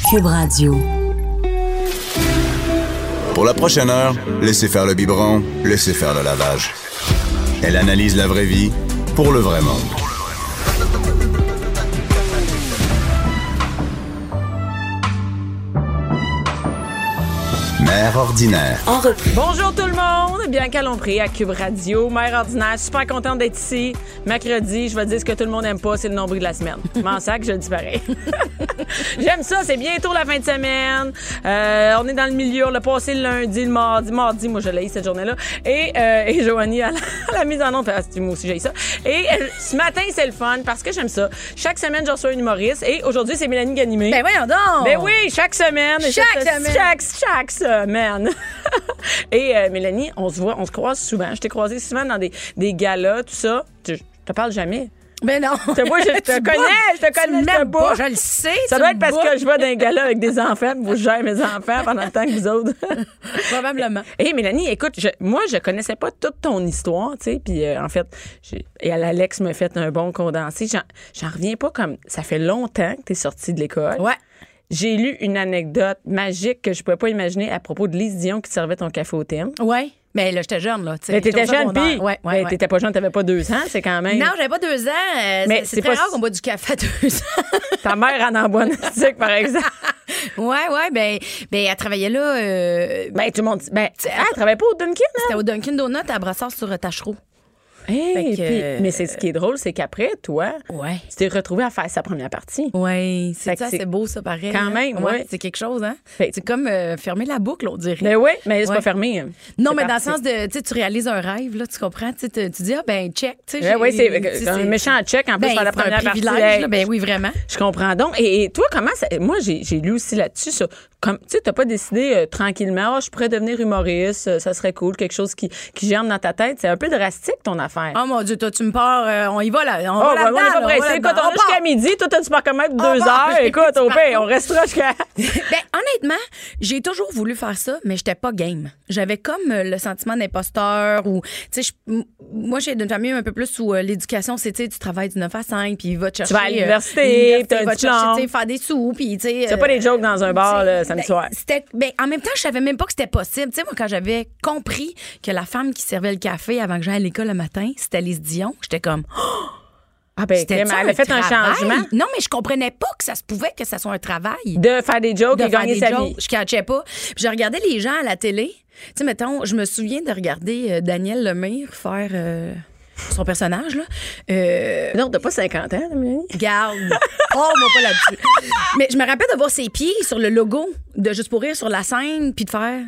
Cube Radio. Pour la prochaine heure, laissez faire le biberon, laissez faire le lavage. Elle analyse la vraie vie pour le vrai monde. Mère ordinaire. Bonjour tout le monde, Bianca Lompré à Cube Radio, Mère ordinaire, super contente d'être ici. Mercredi, je vais dire ce que tout le monde aime pas, c'est le nombril de la semaine. M'en sac, je le dis pareil. J'aime ça, c'est bientôt la fin de semaine. On est dans le milieu, on l'a passé le lundi, le mardi, moi je l'ai cette journée-là. Et Joanie à la mise en onde, moi aussi j'ai ça. Et ce matin, c'est le fun parce que j'aime ça. Chaque semaine, je reçois une humoriste et aujourd'hui, c'est Mélanie Ganimé. Ben voyons donc! Ben oui, chaque semaine. Chaque semaine. Et Mélanie, on se croise souvent. Je t'ai croisée souvent dans des galas, tout ça. Je te parle jamais. Ben non. Je te connais pas. Je le sais. Ça doit être parce que je vais dans un gala avec des enfants, vous gérez mes enfants pendant le temps que vous autres. Probablement. Hey, Mélanie, écoute, moi, je connaissais pas toute ton histoire, tu sais, puis en fait, Alex m'a fait un bon condensé. J'en reviens pas comme... Ça fait longtemps que t'es sortie de l'école. Ouais. J'ai lu une anecdote magique que je pouvais pas imaginer à propos de Lise Dion qui servait ton café au thym. Ouais. Mais là, j'étais jeune, là. Mais t'étais jeune, puis ouais. t'étais pas jeune, t'avais pas 2 ans, c'est quand même... Non, j'avais pas 2 ans. Mais c'est très rare qu'on boit du café à 2 ans. Ta mère en boit une par exemple. Ouais, ben, elle travaillait là... Ben, tout le monde... Ben, elle travaillait pas au Dunkin', hein? C'était au Dunkin' Donuts à Brassard sur Tachereau. Hey, mais c'est ce qui est drôle, c'est qu'après, toi, tu t'es retrouvé à faire sa première partie. Oui, c'est beau, ça, pareil. Quand même, oui. C'est quelque chose, hein? C'est comme fermer la boucle, on dirait. Mais oui, mais c'est pas fermé. Non, mais dans le sens de, tu réalises un rêve, là, tu comprends? Tu dis, check. Oui, c'est un méchant check, en plus, faire la première partie. Ben oui, vraiment. Je comprends donc. Et toi, comment ça... Moi, j'ai lu aussi là-dessus, ça. Tu sais, t'as pas décidé tranquillement, je pourrais devenir humoriste, ça serait cool, quelque chose qui germe dans ta tête. C'est un peu drastique, ton affaire. Oh mon Dieu, toi, tu me pars, on y va là. On va on est pas pressé. Écoute, on va jusqu'à midi, toi, tu pars quand même 2 heures. Écoute, au pire, on restera jusqu'à... Ben, honnêtement, j'ai toujours voulu faire ça, mais j'étais pas game. J'avais comme le sentiment d'imposteur ou, tu sais, moi, j'ai d'une famille un peu plus où l'éducation, c'est, tu sais, tu travailles du 9 à 5, puis il va te chercher... Tu vas à l'université, tu vas te chercher, tu sais, faire des sous, puis, tu sais... C'est pas des jokes dans un bar, là, samedi soir. En même temps, je savais même pas que c'était possible. Tu sais, moi, quand j'avais compris que la femme qui servait le café avant que j'aille à l'école le matin, c'était Lise Dion, j'étais comme... Ah ben, elle a fait un changement. Non, mais je comprenais pas que ça se pouvait que ça soit un travail. De faire des jokes et gagner sa vie. Je catchais pas. Puis je regardais les gens à la télé. Tu sais, mettons, je me souviens de regarder Daniel Lemire faire... son personnage, là. Non, t'as pas 50 ans, Mélanie? Garde. Oh, moi, pas là-dessus. Mais je me rappelle de voir ses pieds sur le logo de Juste pour rire sur la scène, puis de faire...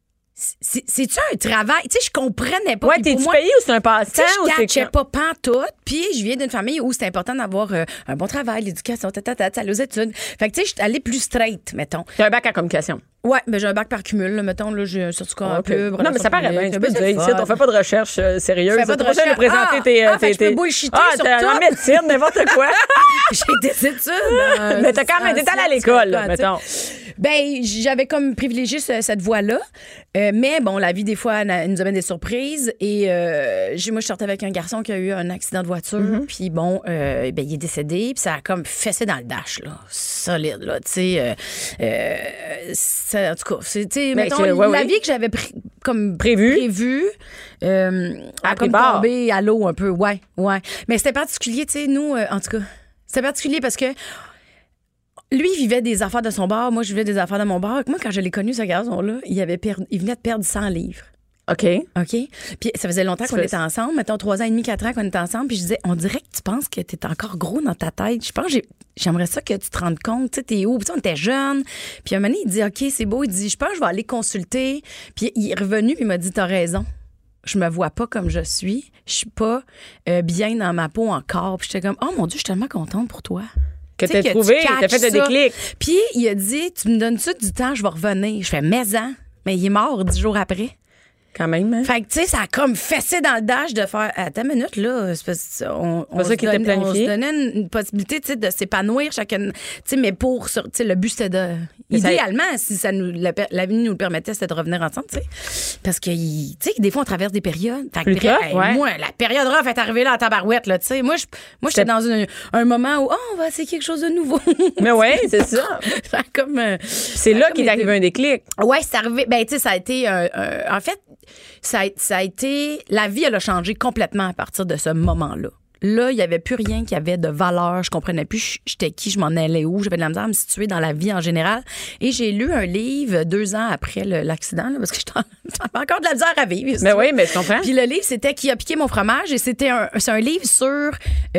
C'est-tu un travail? Tu sais, je comprenais pas. Ouais, t'es-tu payé ou c'est un passe-temps? Je catchais pas pantoute. Puis je viens d'une famille où c'était important d'avoir un bon travail, l'éducation, aller aux études. Fait que tu sais, je suis allée plus straight, mettons. T'as un bac en communication? Ouais, mais j'ai un bac par cumul, là, mettons, là, j'ai un certificat en pub. Non, mais ça paraît bien. Tu peux dire ici, on fait pas de recherche sérieuse. Fais pas de recherche. De présenter fait que je peux bullshiter sur t'es en tout. médecine, n'importe quoi. J'ai des études. Mais t'as quand même été allée à l'école, là, mettons. Ben, j'avais comme privilégié cette voie-là. Mais bon, la vie, des fois, nous amène des surprises. Et moi, je sortais avec un garçon qui a eu un accident de voiture. Puis bon, ben, il est décédé. Puis ça a comme fessé dans le dash, là. Solide, là. Tu sais, en tout cas, c'est, mettons, la vie que j'avais prévue a comme tombé à l'eau un peu. Ouais. Mais c'était particulier, tu sais, nous, en tout cas, c'était particulier parce que lui, il vivait des affaires de son bar. Moi, je vivais des affaires de mon bar. Moi, quand je l'ai connu, ce garçon-là, il venait de perdre 100 livres. OK. Puis ça faisait longtemps qu'on était ensemble. Mettons 3 ans et demi, 4 ans qu'on était ensemble. Puis je disais, on dirait que tu penses que t'es encore gros dans ta tête. Je pense j'aimerais ça que tu te rendes compte. Tu sais, t'es où? Puis on était jeunes. Puis un moment donné, il dit, OK, c'est beau. Il dit, je pense que je vais aller consulter. Puis il est revenu puis il m'a dit, t'as raison. Je me vois pas comme je suis. Je suis pas bien dans ma peau encore. Puis j'étais comme, oh mon Dieu, je suis tellement contente pour toi. Que t'as trouvé, t'as fait le déclic. Puis il a dit, tu me donnes ça du temps, je vais revenir. Je fais, mais il est mort 10 jours après. Quand même, hein? Fait que, tu sais, ça a comme fessé dans le dash de faire. Attends une minute, là. C'est parce on ça qui était planifié. On se donnait une possibilité, tu sais, de s'épanouir chacun. Tu sais, mais tu sais, le but, c'était de. Idéalement, si ça nous, la vie nous le permettait, c'était de revenir ensemble, tu sais. Parce que, tu sais, des fois, on traverse des périodes. Fait que, moi, la période rough est arrivée là en tabarouette, là, tu sais. Moi, j'étais dans un moment où, on va essayer quelque chose de nouveau. Mais ouais, c'est ça. Comme. C'est là qu'il est arrivé un déclic. Ouais, c'est arrivé. Ben, tu sais, ça a été. En fait, ça a été. La vie, elle a changé complètement à partir de ce moment-là. Là, il n'y avait plus rien qui avait de valeur. Je comprenais plus j'étais qui, je m'en allais où. J'avais de la misère à me situer dans la vie en général. Et j'ai lu un livre 2 ans après l'accident, là, parce que j'avais encore de la misère à vivre. Mais oui, mais je comprends. Puis le livre, c'était Qui a piqué mon fromage. Et c'est un livre sur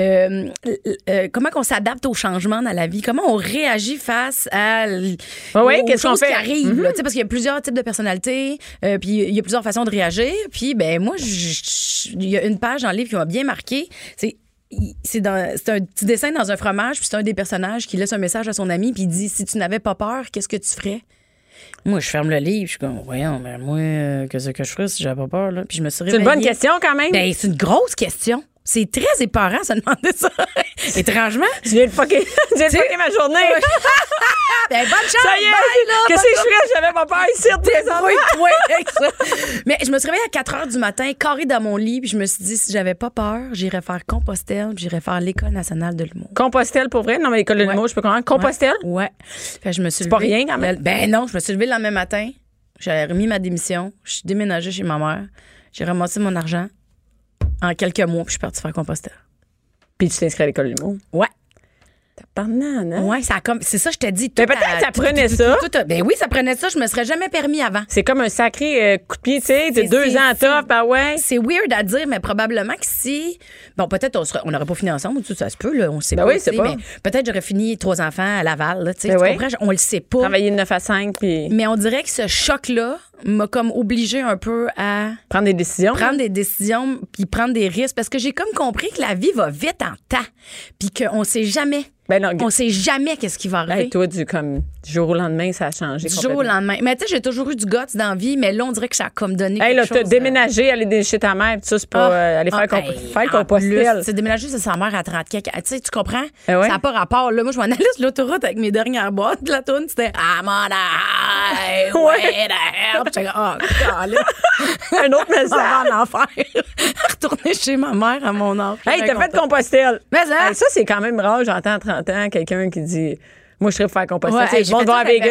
comment on s'adapte aux changements dans la vie, comment on réagit face aux choses qui arrivent. Là, parce qu'il y a plusieurs types de personnalités, puis il y a plusieurs façons de réagir. Puis ben moi, il y a une page dans le livre qui m'a bien marqué. C'est un petit dessin dans un fromage, puis c'est un des personnages qui laisse un message à son ami, puis il dit: si tu n'avais pas peur, qu'est-ce que tu ferais? Moi, je ferme le livre, je suis comme, voyons, mais moi, qu'est-ce que je ferais si j'avais pas peur, là? Puis je me suis réveillée. C'est une bonne question, quand même. Ben, c'est une grosse question. C'est très épeurant, ça, demander ça. Étrangement. Tu viens de fucker ma journée. Ben, bonne chance. Ça y est, bye, là. Qu'est-ce que je ferais? J'avais pas peur ici, Oui, avec ça. Mais je me suis réveillée à 4 h du matin, carrée dans mon lit, puis je me suis dit, si j'avais pas peur, j'irais faire Compostelle, puis j'irais faire l'École nationale de l'humour. Compostelle, pour vrai? Non, mais l'École de l'humour, je peux comprendre. Compostelle? Ouais. Fait que je me suis C'est pas rien, quand même. Ben non, je me suis levée le lendemain matin, j'ai remis ma démission, je suis déménagée chez ma mère, j'ai ramassé mon argent en quelques mois, puis je suis partie faire Compostelle. Puis tu t'es inscris à l'École de l'humour? Ouais. T'as pas de hein? Ouais, c'est ça, je te dis. Mais peut-être que ça prenait ça. Ben oui, ça prenait ça. Je me serais jamais permis avant. C'est comme un sacré coup de pied, tu sais. T'es 2 ans top, ah ouais. C'est weird à dire, mais probablement que si. Bon, peut-être on n'aurait pas fini ensemble, tout ça se peut, là. On sait ben pas. Oui, c'est pas. Mais peut-être j'aurais fini 3 enfants à Laval, là. Tu sais, ben tu comprends? On le sait pas. Travailler de 9 à 5, puis. Mais on dirait que ce choc-là m'a comme obligée un peu à. Prendre des décisions. Puis prendre des risques. Parce que j'ai comme compris que la vie va vite en temps. Puis qu'on sait jamais. Ben non, on sait jamais qu'est-ce qui va arriver. Hey, toi, du jour au lendemain, ça a changé. Du jour au lendemain. Mais tu sais, j'ai toujours eu du guts dans la vie, mais là, on dirait que ça a comme donné hey, quelque chose. Hey, là, t'as déménagé, aller chez ta mère, tout ça, c'est pas aller faire le Compostelle. C'est déménager, c'est sa mère à 30 quelques. Tu sais, tu comprends? Ouais. Ça n'a pas rapport. Là, moi, je m'en allais sur l'autoroute avec mes dernières boîtes. La toune, c'était I'm on a highway to hell. J'étais comme, un autre message. en enfer. Retourner chez ma mère à mon âge. Hey, t'as fait Compostelle. Mais ça, ça, c'est quand même rare. J'entends à 30 ans quelqu'un qui dit moi, je serais pour faire Compostelle. Ouais, je vais voir à Vegas.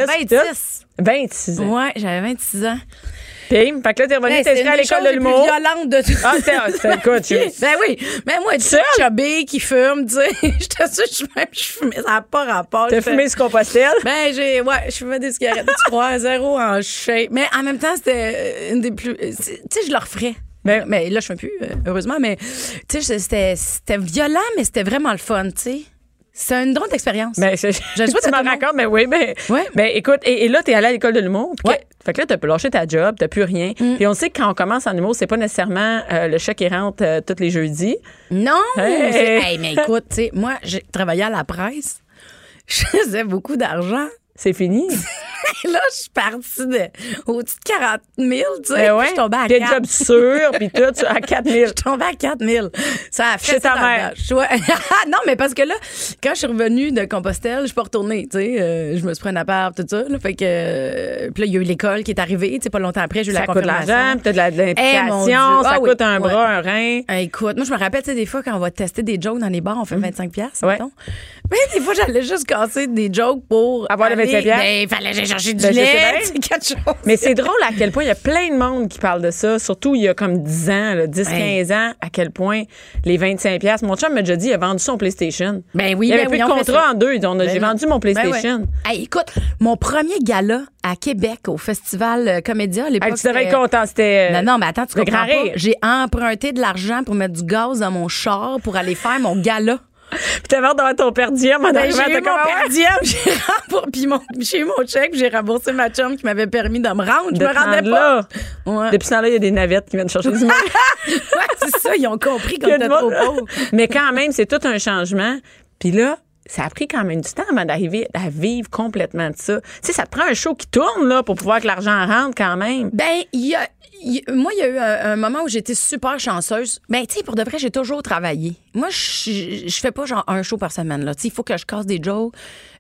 26 ans. Ouais, j'avais 26 ans. Puis, fait que là, t'es revenu t'inscrire à l'École de l'humour. C'est violente de tout. Ah, c'est écoute. Ben oui. Mais moi, tu chubby qui fume, tu sais. J'étais sûre je fumais. Ça n'a pas rapport. T'as fumé sur Compostelle? Ben, je fumais des cigarettes. Tu crois, 0 en shape. Mais en même temps, c'était une des plus. Tu sais, je le referais. Mais là, je ne fume plus, heureusement. Mais, tu sais, c'était violent, mais c'était vraiment le fun, tu sais. C'est une drôle d'expérience. Mais je sais pas si tu m'en racontes, mais oui, mais écoute, et là, t'es allé à l'École de l'humour. Fait que là, t'as lâché ta job, t'as plus rien. Puis on sait que quand on commence en humour, c'est pas nécessairement le chèque qui rentre tous les jeudis. Non! Hey, mais écoute, tu sais, moi, j'ai travaillé à la presse. Je faisais beaucoup d'argent. C'est fini. Là, je suis partie au-dessus de 40 000, tu sais. Ouais. Je suis tombée à 4 000. Des jobs sûrs, puis tout, à 4 000. Je suis tombée à 4 000. Ça a fait chez ta mère. Non, mais parce que là, quand je suis revenue de Compostelle, je suis pas retournée, tu sais. Je me suis pris un appart, tout ça. Là, fait que... Puis là, il y a eu l'école qui est arrivée, tu sais, pas longtemps après, j'ai eu la confirmation. Ça coûte de l'argent, puis t'as de l'implication, ça coûte un bras, un rein. Écoute, moi, je me rappelle, tu sais, des fois, quand on va tester des jokes dans les bars, on fait 25$, mettons. Mais des fois, j'allais juste casser des jokes pour avoir les 25$. Il fallait que j'aille chercher du lait, quelque chose. Mais c'est drôle à quel point il y a plein de monde qui parle de ça, surtout il y a comme 10 ans, 10-15 ans, à quel point les 25$. Mon chum m'a déjà dit, il a vendu son PlayStation. Ben oui, il y avait plus de contrat en deux. J'ai vendu mon PlayStation. Hey, écoute, mon premier gala à Québec, au Festival Comédia, à l'époque. Tu devais être content, c'était. Non, mais attends, tu comprends pas. J'ai emprunté de l'argent pour mettre du gaz dans mon char pour aller faire mon gala. Puis t'avais hâte d'avoir ton per diem en arrivant. J'ai eu mon per diem, j'ai eu mon chèque, puis j'ai remboursé ma chum qui m'avait permis de me rendre. Je me rendais pas. Ouais. Depuis ce temps-là, il y a des navettes qui viennent chercher du monde. Ouais, c'est ça, ils ont compris comme t'es trop pauvre. Mais quand même, c'est tout un changement. Puis là, ça a pris quand même du temps avant d'arriver à vivre complètement de ça. Tu sais, ça te prend un show qui tourne, là, pour pouvoir que l'argent rentre quand même. Ben, moi, il y a eu un moment où j'étais super chanceuse. Ben, tu sais, pour de vrai, j'ai toujours travaillé. Moi, je fais pas genre un show par semaine, là. Tu sais, il faut que je casse des jokes,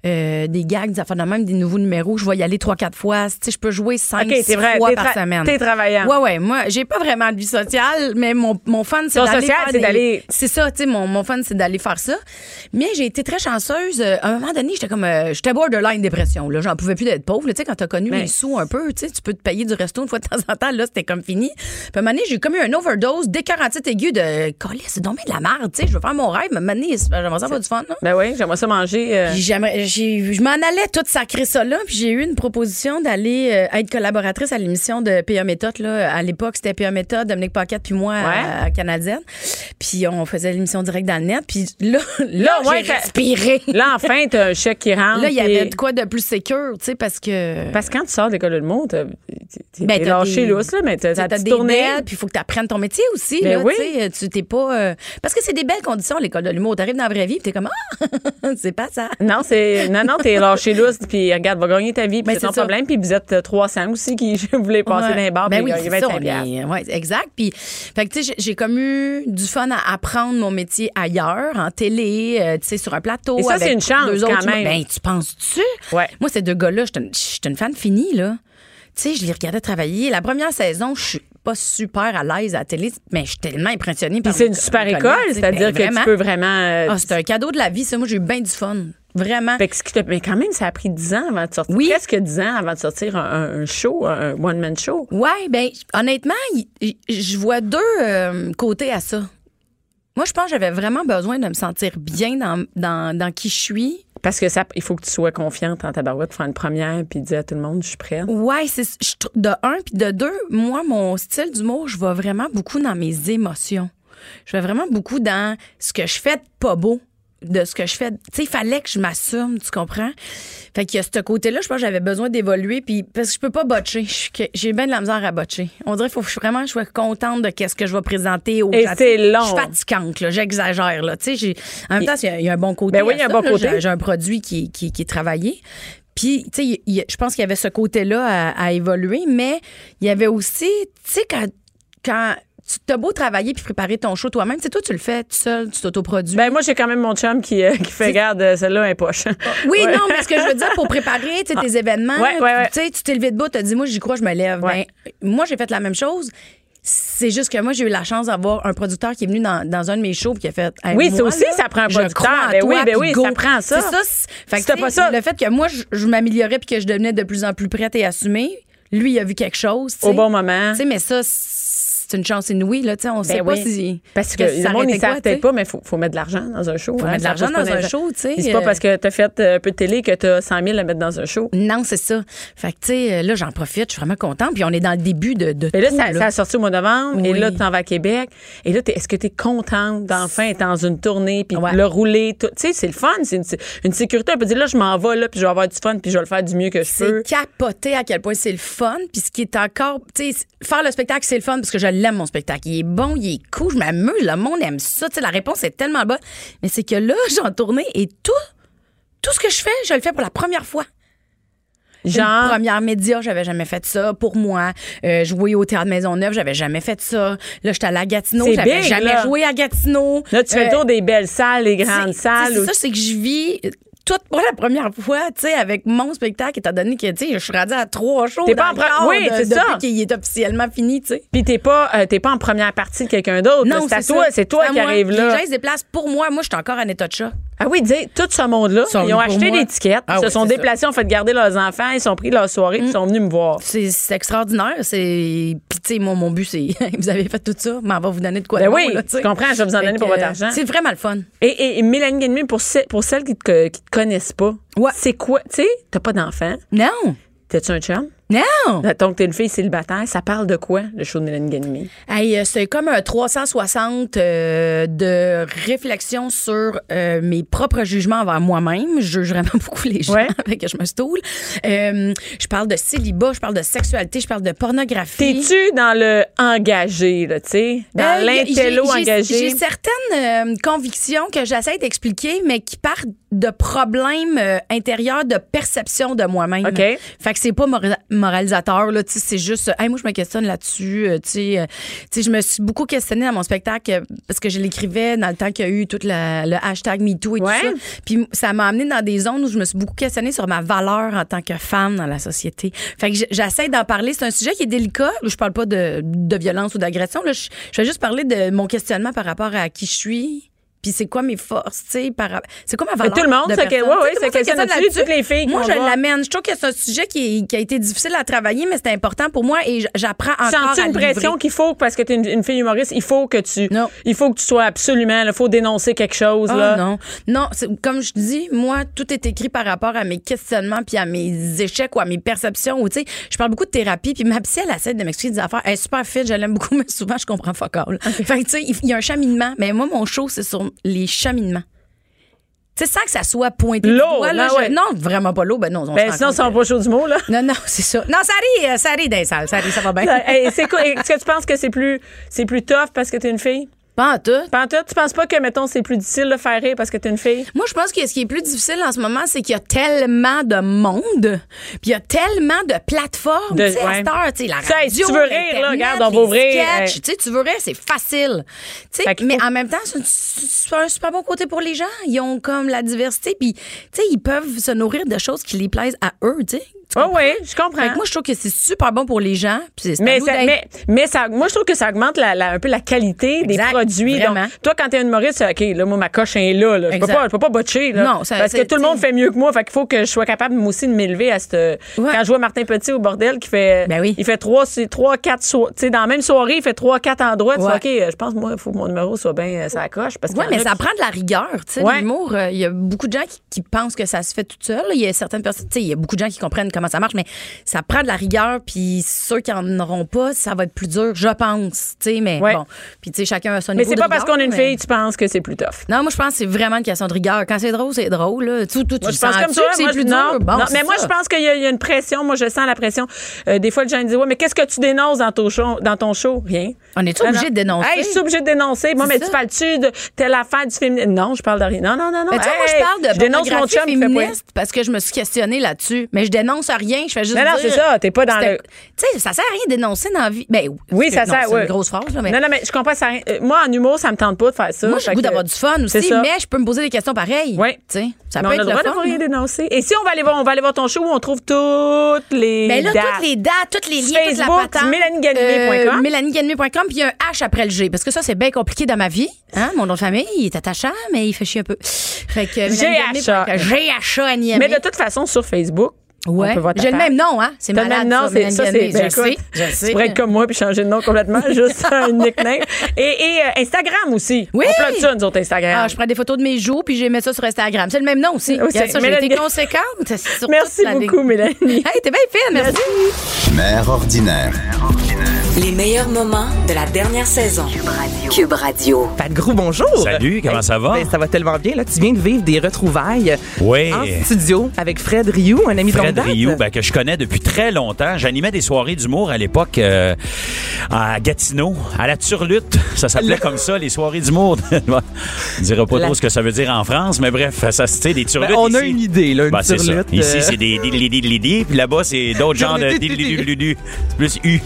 des gags, des affaires de même, des nouveaux numéros. Je vais y aller 3-4 fois. Tu sais, je peux jouer 5-6 fois par semaine. T'es travaillant. Ouais. Moi, j'ai pas vraiment de vie sociale, mais mon fun, c'est d'aller faire C'est ça, tu sais, mon fun, c'est d'aller faire ça. Mais j'ai été très chanceuse. À un moment donné, j'étais borderline dépression, là. J'en pouvais plus d'être pauvre. Tu sais, quand t'as connu les sous un peu, tu sais, tu peux te payer du resto une fois de temps en temps. Là, c'était comme fini. Puis à un moment donné, j'ai comme eu un overdose d'écœurantite aiguë de colère, c'est donc bien de la merde, tu sais. Je veux faire mon rêve, mais à un moment donné, j'aimerais ça avoir du fun, là. Ben oui, j'aimerais ça manger. Je m'en allais toute sacrée ça là, puis j'ai eu une proposition d'aller être collaboratrice à l'émission de PA Méthode, là. À l'époque, c'était PA Méthode, Dominique Paquette puis moi à Canadienne. Puis on faisait l'émission direct dans le net, puis là j'ai respiré. Là, enfin, t'as un chèque qui rentre. Là, il y avait de quoi de plus sécure, tu sais, parce que quand tu sors de l'école de l'humour, t'es lâché lousse, là, mais t'as tourné. Puis il faut que tu apprennes ton métier aussi, ben là, oui. Tu t'es pas... Parce que c'est des belles conditions, l'école de l'humour. T'arrives dans la vraie vie, puis t'es comme, c'est pas ça. Non, t'es lâché lousse, puis regarde, va gagner ta vie, puis c'est ton problème. Puis vous êtes 300 aussi qui voulaient passer dans les bars, puis il y avait 25$. Oui, exact. Puis, fait que, tu sais, j'ai comme eu du fun à apprendre mon métier ailleurs, en télé, tu sais, sur un plateau. Et ça, c'est une chance, quand même. Ben, tu penses-tu? Ouais. Moi, ces deux gars-là, j'étais une fan finie, là. Tu sais, je les regardais travailler. La première saison, je suis pas super à l'aise à la télé, mais je suis tellement impressionnée par. Puis c'est une super école, c'est-à-dire que tu peux vraiment. C'est un cadeau de la vie, ça. Moi, j'ai eu bien du fun. Vraiment. Fait que mais quand même, ça a pris 10 ans avant de sortir. Oui. Presque 10 ans avant de sortir un show, un one-man show. Oui, bien, honnêtement, je vois deux côtés à ça. Moi, je pense que j'avais vraiment besoin de me sentir bien dans qui je suis. Parce que il faut que tu sois confiante en ta barouette pour faire une première puis dire à tout le monde, je suis prête. Oui, de un, puis de deux, moi, mon style d'humour, je vais vraiment beaucoup dans mes émotions. Je vais vraiment beaucoup dans ce que je fais de pas beau, de ce que je fais. Tu sais, il fallait que je m'assume, tu comprends? Fait qu'il y a ce côté-là, je pense que j'avais besoin d'évoluer, puis parce que je peux pas botcher. J'ai bien de la misère à botcher. On dirait qu'il faut vraiment que je sois contente de qu'est-ce que je vais présenter aux gens. Et c'est long. Je suis fatigante, là, j'exagère, là. Tu sais, en même temps, il y a un bon côté. Ben oui, il y a un bon côté. J'ai un produit qui est travaillé. Puis, tu sais, je pense qu'il y avait ce côté-là à évoluer, mais il y avait aussi, tu sais, quand tu t'as beau travailler puis préparer ton show toi-même, c'est toi tu le fais tout seul, tu t'autoproduis. Ben moi j'ai quand même mon chum qui fait garde celle-là un poche. Oui, non, mais ce que je veux dire pour préparer tes événements, tu sais, tu t'es levé de bout, t'as dit moi j'y crois, je me lève. Ben, moi j'ai fait la même chose. C'est juste que moi, j'ai eu la chance d'avoir un producteur qui est venu dans un de mes shows et qui a fait. Oui, ça aussi, ça prend un producteur. Ben oui, ça prend ça. C'est ça. Fait que pas ça. Le fait que moi, je m'améliorais puis que je devenais de plus en plus prête et assumée, lui, il a vu quelque chose. Au bon moment. Tu sais, mais ça, c'est une chance inouïe, là, tu sais, on sait pas si. Parce que le monde, il s'arrête peut-être pas, mais faut mettre de l'argent dans un show. Faut mettre de l'argent dans un show, tu sais. C'est pas parce que t'as fait un peu de télé que t'as 100 000 à mettre dans un show. Non, c'est ça. Fait que, tu sais, là, j'en profite, je suis vraiment contente. Puis on est dans le début de et là, ça a sorti au mois de novembre, et là, tu t'en vas à Québec. Et là, est-ce que t'es contente d'enfin être dans une tournée, puis le rouler? Tu sais, c'est le fun, c'est une sécurité. On peut dire, là, je m'en vais, là, puis je vais avoir du fun, puis je vais le faire du mieux que je peux. C'est capoté à quel point c'est le fun. Puis ce qui est encore, tu sais, faire le spectacle, c'est le fun parce que je l'aime, mon spectacle. Il est bon, il est cool, je m'amuse, le monde aime ça. Tu sais, la réponse est tellement bonne. Mais c'est que là, j'en tournée et tout ce que je fais, je le fais pour la première fois. Genre. Première média, j'avais jamais fait ça pour moi. Jouer au Théâtre Maisonneuve, j'avais jamais fait ça. Là, j'étais allée à Gatineau, j'avais jamais joué à Gatineau. Là, tu fais le tour des belles salles, les grandes salles. C'est ça, c'est que je vis tout pour la première fois, tu sais, avec mon spectacle, étant donné que, tu sais, je suis rendue à 3 shows. T'es pas oui, c'est ça. Depuis qu'il est officiellement fini, tu sais. Puis t'es pas en première partie de quelqu'un d'autre. Non, c'est toi qui arrive là. Les gens se déplacent pour moi. Moi, je suis encore en état de chat. Ah oui, tout ce monde-là, ils ont acheté des tickets, ils se sont déplacés, ont fait garder leurs enfants, ils sont pris leur soirée, puis ils sont venus me voir. C'est extraordinaire. Puis, tu sais, mon but, c'est vous avez fait tout ça, mais on va vous donner de quoi de bon. Oui, tu comprends, je vais vous en donner pour votre argent. C'est vraiment le fun. Et Mélanie Ganimé, pour celles qui te connaissent pas, c'est quoi? Tu sais, t'as pas d'enfant. Non. T'as-tu un chum? Non! Donc, t'es une fille célibataire. Ça parle de quoi, le show de Mélanie Ganimé? Hey, c'est comme un 360 de réflexion sur mes propres jugements envers moi-même. Je juge vraiment beaucoup les gens avec que je me stoule. Je parle de célibat, je parle de sexualité, je parle de pornographie. T'es-tu dans le engagé, là, tu sais? Dans l'intello engagé? J'ai certaines convictions que j'essaie d'expliquer, mais qui partent de problèmes intérieurs de perception de moi-même. OK. Fait que c'est pas moralisateur, là. Tu sais, c'est juste, hey, moi, je me questionne là-dessus. Tu sais, je me suis beaucoup questionnée dans mon spectacle parce que je l'écrivais dans le temps qu'il y a eu tout le hashtag MeToo et tout ça. Puis ça m'a amené dans des zones où je me suis beaucoup questionnée sur ma valeur en tant que femme dans la société. Fait que j'essaie d'en parler. C'est un sujet qui est délicat. Je parle pas de violence ou d'agression. Là, je vais juste parler de mon questionnement par rapport à qui je suis. Puis c'est quoi mes forces, tu sais, c'est quoi ma valeur. Mais tout le monde, c'est questionne là-dessus, toutes les filles. Moi, je l'amène. Je trouve que c'est un sujet qui a été difficile à travailler, mais c'est important pour moi et j'apprends encore à Sens-tu une pression qu'il faut, parce que tu es une fille humoriste, il faut que tu sois absolument, il faut dénoncer quelque chose. Là. Non, comme je dis, moi, tout est écrit par rapport à mes questionnements puis à mes échecs ou à mes perceptions. Tu sais, je parle beaucoup de thérapie puis ma psy, elle essaie de m'expliquer des affaires. Elle est super fit, je l'aime beaucoup, mais souvent, je comprends fuck all. Fait que tu sais, il y a un cheminement, mais moi, mon show, c'est sur les cheminements. Tu sais, sans que ça soit pointé du doigt, là, non, vraiment pas l'eau. Ben non, sinon, ça va pas chaud du mot, là. Non, c'est ça. Non, ça rit dans les salles. Ça va bien. C'est quoi? Est-ce que tu penses que c'est plus tough parce que t'es une fille? Pas en tout. Pas en tout. Tu penses pas que, mettons, c'est plus difficile de faire rire parce que t'es une fille? Moi, je pense que ce qui est plus difficile en ce moment, c'est qu'il y a tellement de monde, puis il y a tellement de plateformes. Tu sais, à cette heure, tu sais, la radio, si tu veux rire, là, regarde, on va ouvrir. Tu sais, tu veux rire, c'est facile. Tu sais, mais en même temps, c'est un super bon côté pour les gens. Ils ont comme la diversité, puis tu sais, ils peuvent se nourrir de choses qui les plaisent à eux, tu sais. Oh oui, je comprends. Fait que moi, je trouve que c'est super bon pour les gens. Mais moi, je trouve que ça augmente un peu la qualité des produits. Vraiment. Donc, toi, quand t'es une humoriste, OK, là, moi, ma coche est là. Je peux pas botcher. Là, non, parce que tout le monde fait mieux que moi. Fait qu'il faut que je sois capable, moi aussi, de m'élever à cette. Ouais. Quand je vois Martin Petit au bordel, qui fait. Il fait 3, 4 soirées. Tu sais, dans la même soirée, il fait 3, 4 endroits. Ouais. Tu dis, OK, je pense, moi, il faut que mon numéro soit bien ça coche. Oui, mais ça prend de la rigueur. Tu sais, l'humour, il y a beaucoup de gens qui pensent que ça se fait tout seul. Il y a certaines personnes, tu sais, il y a beaucoup de gens qui comprennent comment ça marche, mais ça prend de la rigueur, puis ceux qui en auront pas, ça va être plus dur, je pense. Tu sais, mais bon. Puis tu sais, chacun a son niveau de rigueur. Mais c'est pas parce qu'on est une fille, tu penses que c'est plus tough. Non, moi, je pense que c'est vraiment une question de rigueur. Quand c'est drôle, c'est drôle. Là. Tu pense comme ça, c'est plus dur. Bon, mais moi, je pense qu'il y a une pression. Moi, je sens la pression. Des fois, les gens disent, ouais, mais qu'est-ce que tu dénonces dans ton show? Rien. On est-tu obligé de dénoncer? Hey, je suis obligée de dénoncer. Moi, mais tu parles-tu de telle affaire du féminisme? Non, je parle de rien. Non. Mais tu vois, moi, je parle de pornographie féministe parce que je me suis questionnée là-dessus. Mais je dénonce rien. Je fais juste non, c'est ça. T'es pas dans le. Tu sais, ça sert à rien de dénoncer dans la vie. Ben oui, ça sert. C'est une grosse phrase. Là, mais... Non, mais je comprends ça. Moi, en humour, ça me tente pas de faire ça. Moi, j'ai le goût d'avoir du fun aussi, mais je peux me poser des questions pareilles. Oui. Tu sais, ça mais peut on a le droit de rien dénoncer. Et si on va aller voir ton show où on trouve toutes les dates. Toutes les dates, toutes les liens, Facebook, toute la patente. MélanieGanimé.com. MélanieGanimé.com, puis il y a un H après le G. Parce que ça, c'est bien compliqué dans ma vie. Hein? Mon nom de famille, il est attachant, mais il fait chier un peu. Fait que GHA. Mais de toute façon, sur Facebook, ouais. J'ai le même nom, hein? C'est malade. Le même nom, c'est ça, c'est je sais. Tu pourrais être comme moi puis changer de nom complètement, juste un nickname. Et Instagram aussi. Oui. On plug ça, nous autres, Instagram. Ah, je prends des photos de mes joues puis je mets ça sur Instagram. C'est le même nom aussi. Ça, j'ai été conséquente. Merci beaucoup, Mélanie. Hey, t'es bien fine, merci. Mère ordinaire. Les meilleurs moments de la dernière saison. Cube Radio. Pat Grou, bonjour. Salut, comment ça va? Ben, ça va tellement bien. Là, tu viens de vivre des retrouvailles en studio avec Fred Rioux, un ami de longue date. Fred Rioux, que je connais depuis très longtemps. J'animais des soirées d'humour à l'époque à Gatineau, à la Turlute. Ça s'appelait comme ça, les soirées d'humour. Je ne dirais pas trop ce que ça veut dire en France, mais bref, ça c'était des Turlutes. On ici. A une idée, là, une Turlute. Ici, c'est des puis là-bas, c'est d'autres genres de c'est plus U.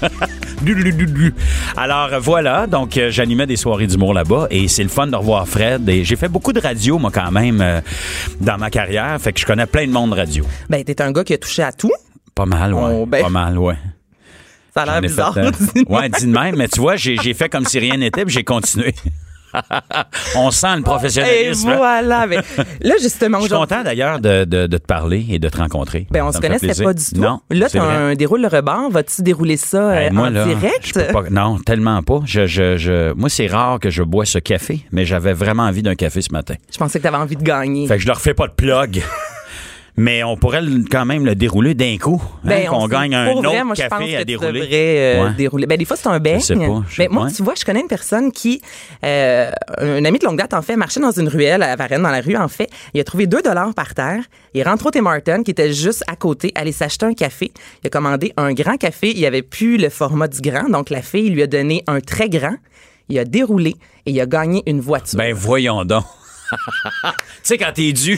Alors voilà, donc j'animais des soirées d'humour là-bas et c'est le fun de revoir Fred. Et j'ai fait beaucoup de radio, moi, quand même, dans ma carrière. Fait que je connais plein de monde radio. Ben, t'es un gars qui a touché à tout. Pas mal, ouais. Pas mal, ouais. Ça a l'air bizarre. Ouais, dis de même, mais tu vois, j'ai fait comme si rien n'était puis j'ai continué. On sent le professionnalisme. Et voilà. Mais là, justement, je suis content d'ailleurs de te parler et de te rencontrer. Ben, on se connaissait pas du tout. Non. Là, tu as un déroule le rebord. Vas-tu dérouler ça moi, en direct? Je peux pas, non, tellement pas. Moi, c'est rare que je bois ce café, mais j'avais vraiment envie d'un café ce matin. Je pensais que tu avais envie de gagner. Fait que je leur fais pas de plug. Mais on pourrait quand même le dérouler d'un coup. Ben, qu'on gagne un autre moi, café à dérouler. Dérouler. Ben, des fois, c'est un beigne. Je sais pas. Mais moi, tu vois, je connais une personne qui, un ami de longue date, en fait, marchait dans une ruelle à Varennes, dans la rue, en fait. Il a trouvé $2 par terre. Il rentre au Tim Hortons, qui était juste à côté, aller s'acheter un café. Il a commandé un grand café. Il n'y avait plus le format du grand. Donc, la fille lui a donné un très grand. Il a déroulé et il a gagné une voiture. Ben, voyons donc. Tu sais, quand t'es dû.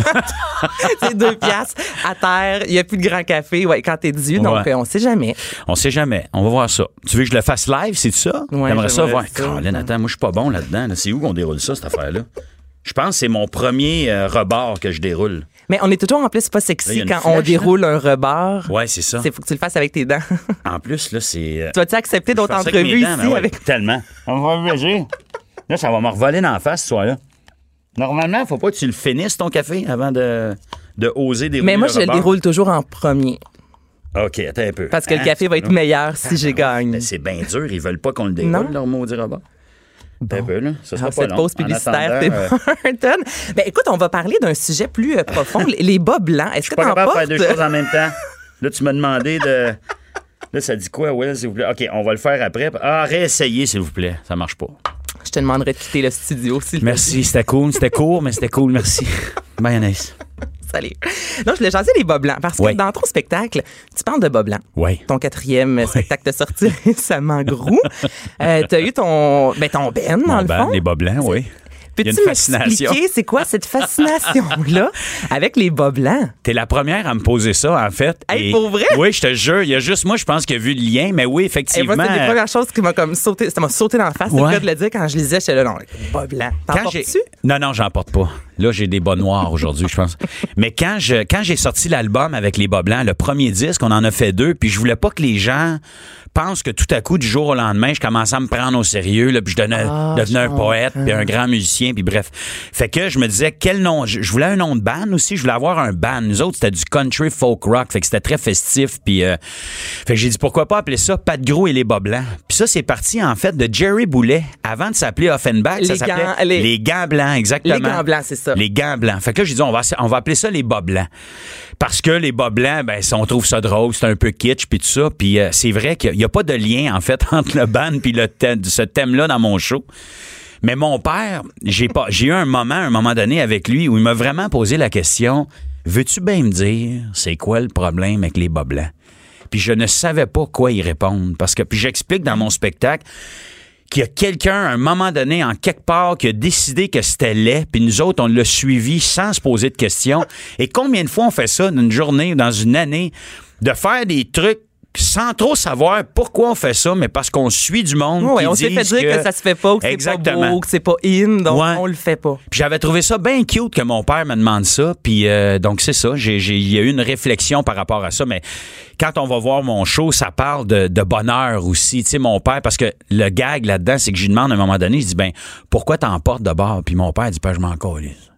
C'est 2 piastres à terre, il n'y a plus de grand café quand t'es dû, donc on sait jamais. On sait jamais. On va voir ça. Tu veux que je le fasse live, c'est ça? Ouais, j'aimerais ça voir. ça. Colin, attends, moi, je suis pas bon là-dedans. Là. C'est où qu'on déroule ça, cette affaire-là? Je pense que c'est mon premier rebord que je déroule. Mais on est toujours en plus pas Là, il y sexy a une quand flèche, on déroule un rebord. Ouais, c'est ça. Il faut que tu le fasses avec tes dents. En plus, là, c'est... Tu vas-tu accepter d'autres Je fais ça avec entrevues mes dents, ici? mais ouais, Avec... Tellement. On va baiser. Là, ça va me revoler dans la face, ce soir-là. Normalement, il faut pas que tu le finisses, ton café, avant de oser dérouler. Mais moi, je le rebord. déroule toujours en premier. OK, attends un peu. Parce que le café va être meilleur si j'ai gagné. C'est bien dur. Ils veulent pas qu'on le déroule, Non. leur maudit rebord. Attends un peu, là. Ça sera Alors, pas cette long. pause En publicitaire, attendant, Tim Horton. Ben, écoute, on va parler d'un sujet plus profond, les bas blancs. Est-ce que pas t'en capable de portes? faire deux choses en même temps. Là, tu m'as demandé de... Là, ça dit quoi, Will, s'il vous plaît? OK, on va le faire après. Ah, réessayez, s'il vous plaît. Ça marche pas. Je te demanderai de quitter le studio. Merci, c'était cool. C'était court, mais c'était cool. Merci. Bye, Anaïs. Salut. Non, je voulais jaser les bas blancs parce que Oui. dans ton spectacle, tu parles de bas blancs. Oui. Ton 4e spectacle de sorti récemment, Grou. T'as eu ton Ben, dans le fond. Les bas blancs, oui. Il y a Peux-tu une fascination. m'expliquer c'est quoi cette fascination-là avec les bas blancs? T'es la première à me poser ça, en fait. Hey, Et- pour vrai? Oui, je te jure. Il y a juste moi, je pense, qui a vu le lien. Mais oui, Et effectivement. moi, c'est une des premières choses qui m'a comme sauté, ça m'a sauté dans la face, c'est Ouais. le cas de le dire quand je lisais, j'étais là, non, bas blancs. T'en Quand j'ai- portes-tu? Non, j'en porte pas. Là, j'ai des bas noirs aujourd'hui, je pense. Mais quand j'ai sorti l'album avec les bas blancs, le premier disque, on en a fait 2, puis je voulais pas que les gens pensent que tout à coup, du jour au lendemain, je commençais à me prendre au sérieux, là, puis je devenais un poète, puis un grand musicien, puis bref. Fait que je me disais, quel nom? Je voulais un nom de band aussi, je voulais avoir un band. Nous autres, c'était du country folk rock, fait que c'était très festif, puis fait que j'ai dit, pourquoi pas appeler ça Pat Gros et les bas blancs? Puis ça, c'est parti, en fait, de Jerry Boulet. Avant de s'appeler Offenbach, ça Les s'appelait gants- les- Les Gants Blancs, exactement. Les gants blancs, c'est ça. Les gants blancs. Fait que là, j'ai dit, on va appeler ça les bas blancs. Parce que les bas blancs, ben, on trouve ça drôle, c'est un peu kitsch, puis tout ça. Puis c'est vrai qu'il n'y a pas de lien, en fait, entre le band puis ce thème-là dans mon show. Mais mon père, j'ai eu un moment donné avec lui où il m'a vraiment posé la question, veux-tu bien me dire c'est quoi le problème avec les bas blancs? Puis je ne savais pas quoi y répondre. Parce que, puis j'explique dans mon spectacle qu'il y a quelqu'un, à un moment donné, en quelque part, qui a décidé que c'était laid, puis nous autres, on l'a suivi sans se poser de questions. Et combien de fois on fait ça d'une journée, dans une année, de faire des trucs sans trop savoir pourquoi on fait ça, mais parce qu'on suit du monde Ouais, qui on s'est fait disent dire que ça se fait pas, que c'est pas Exactement. beau, que c'est pas in, donc Ouais. on le fait pas. Puis j'avais trouvé ça bien cute que mon père me demande ça. Puis donc c'est ça. Il y a eu une réflexion par rapport à ça. Mais quand on va voir mon show, ça parle de bonheur aussi. Tu sais, mon père, parce que le gag là-dedans, c'est que je lui demande à un moment donné, je dis, ben, pourquoi t'en portes de bord? Puis mon père dit, ben, je m'en calisse.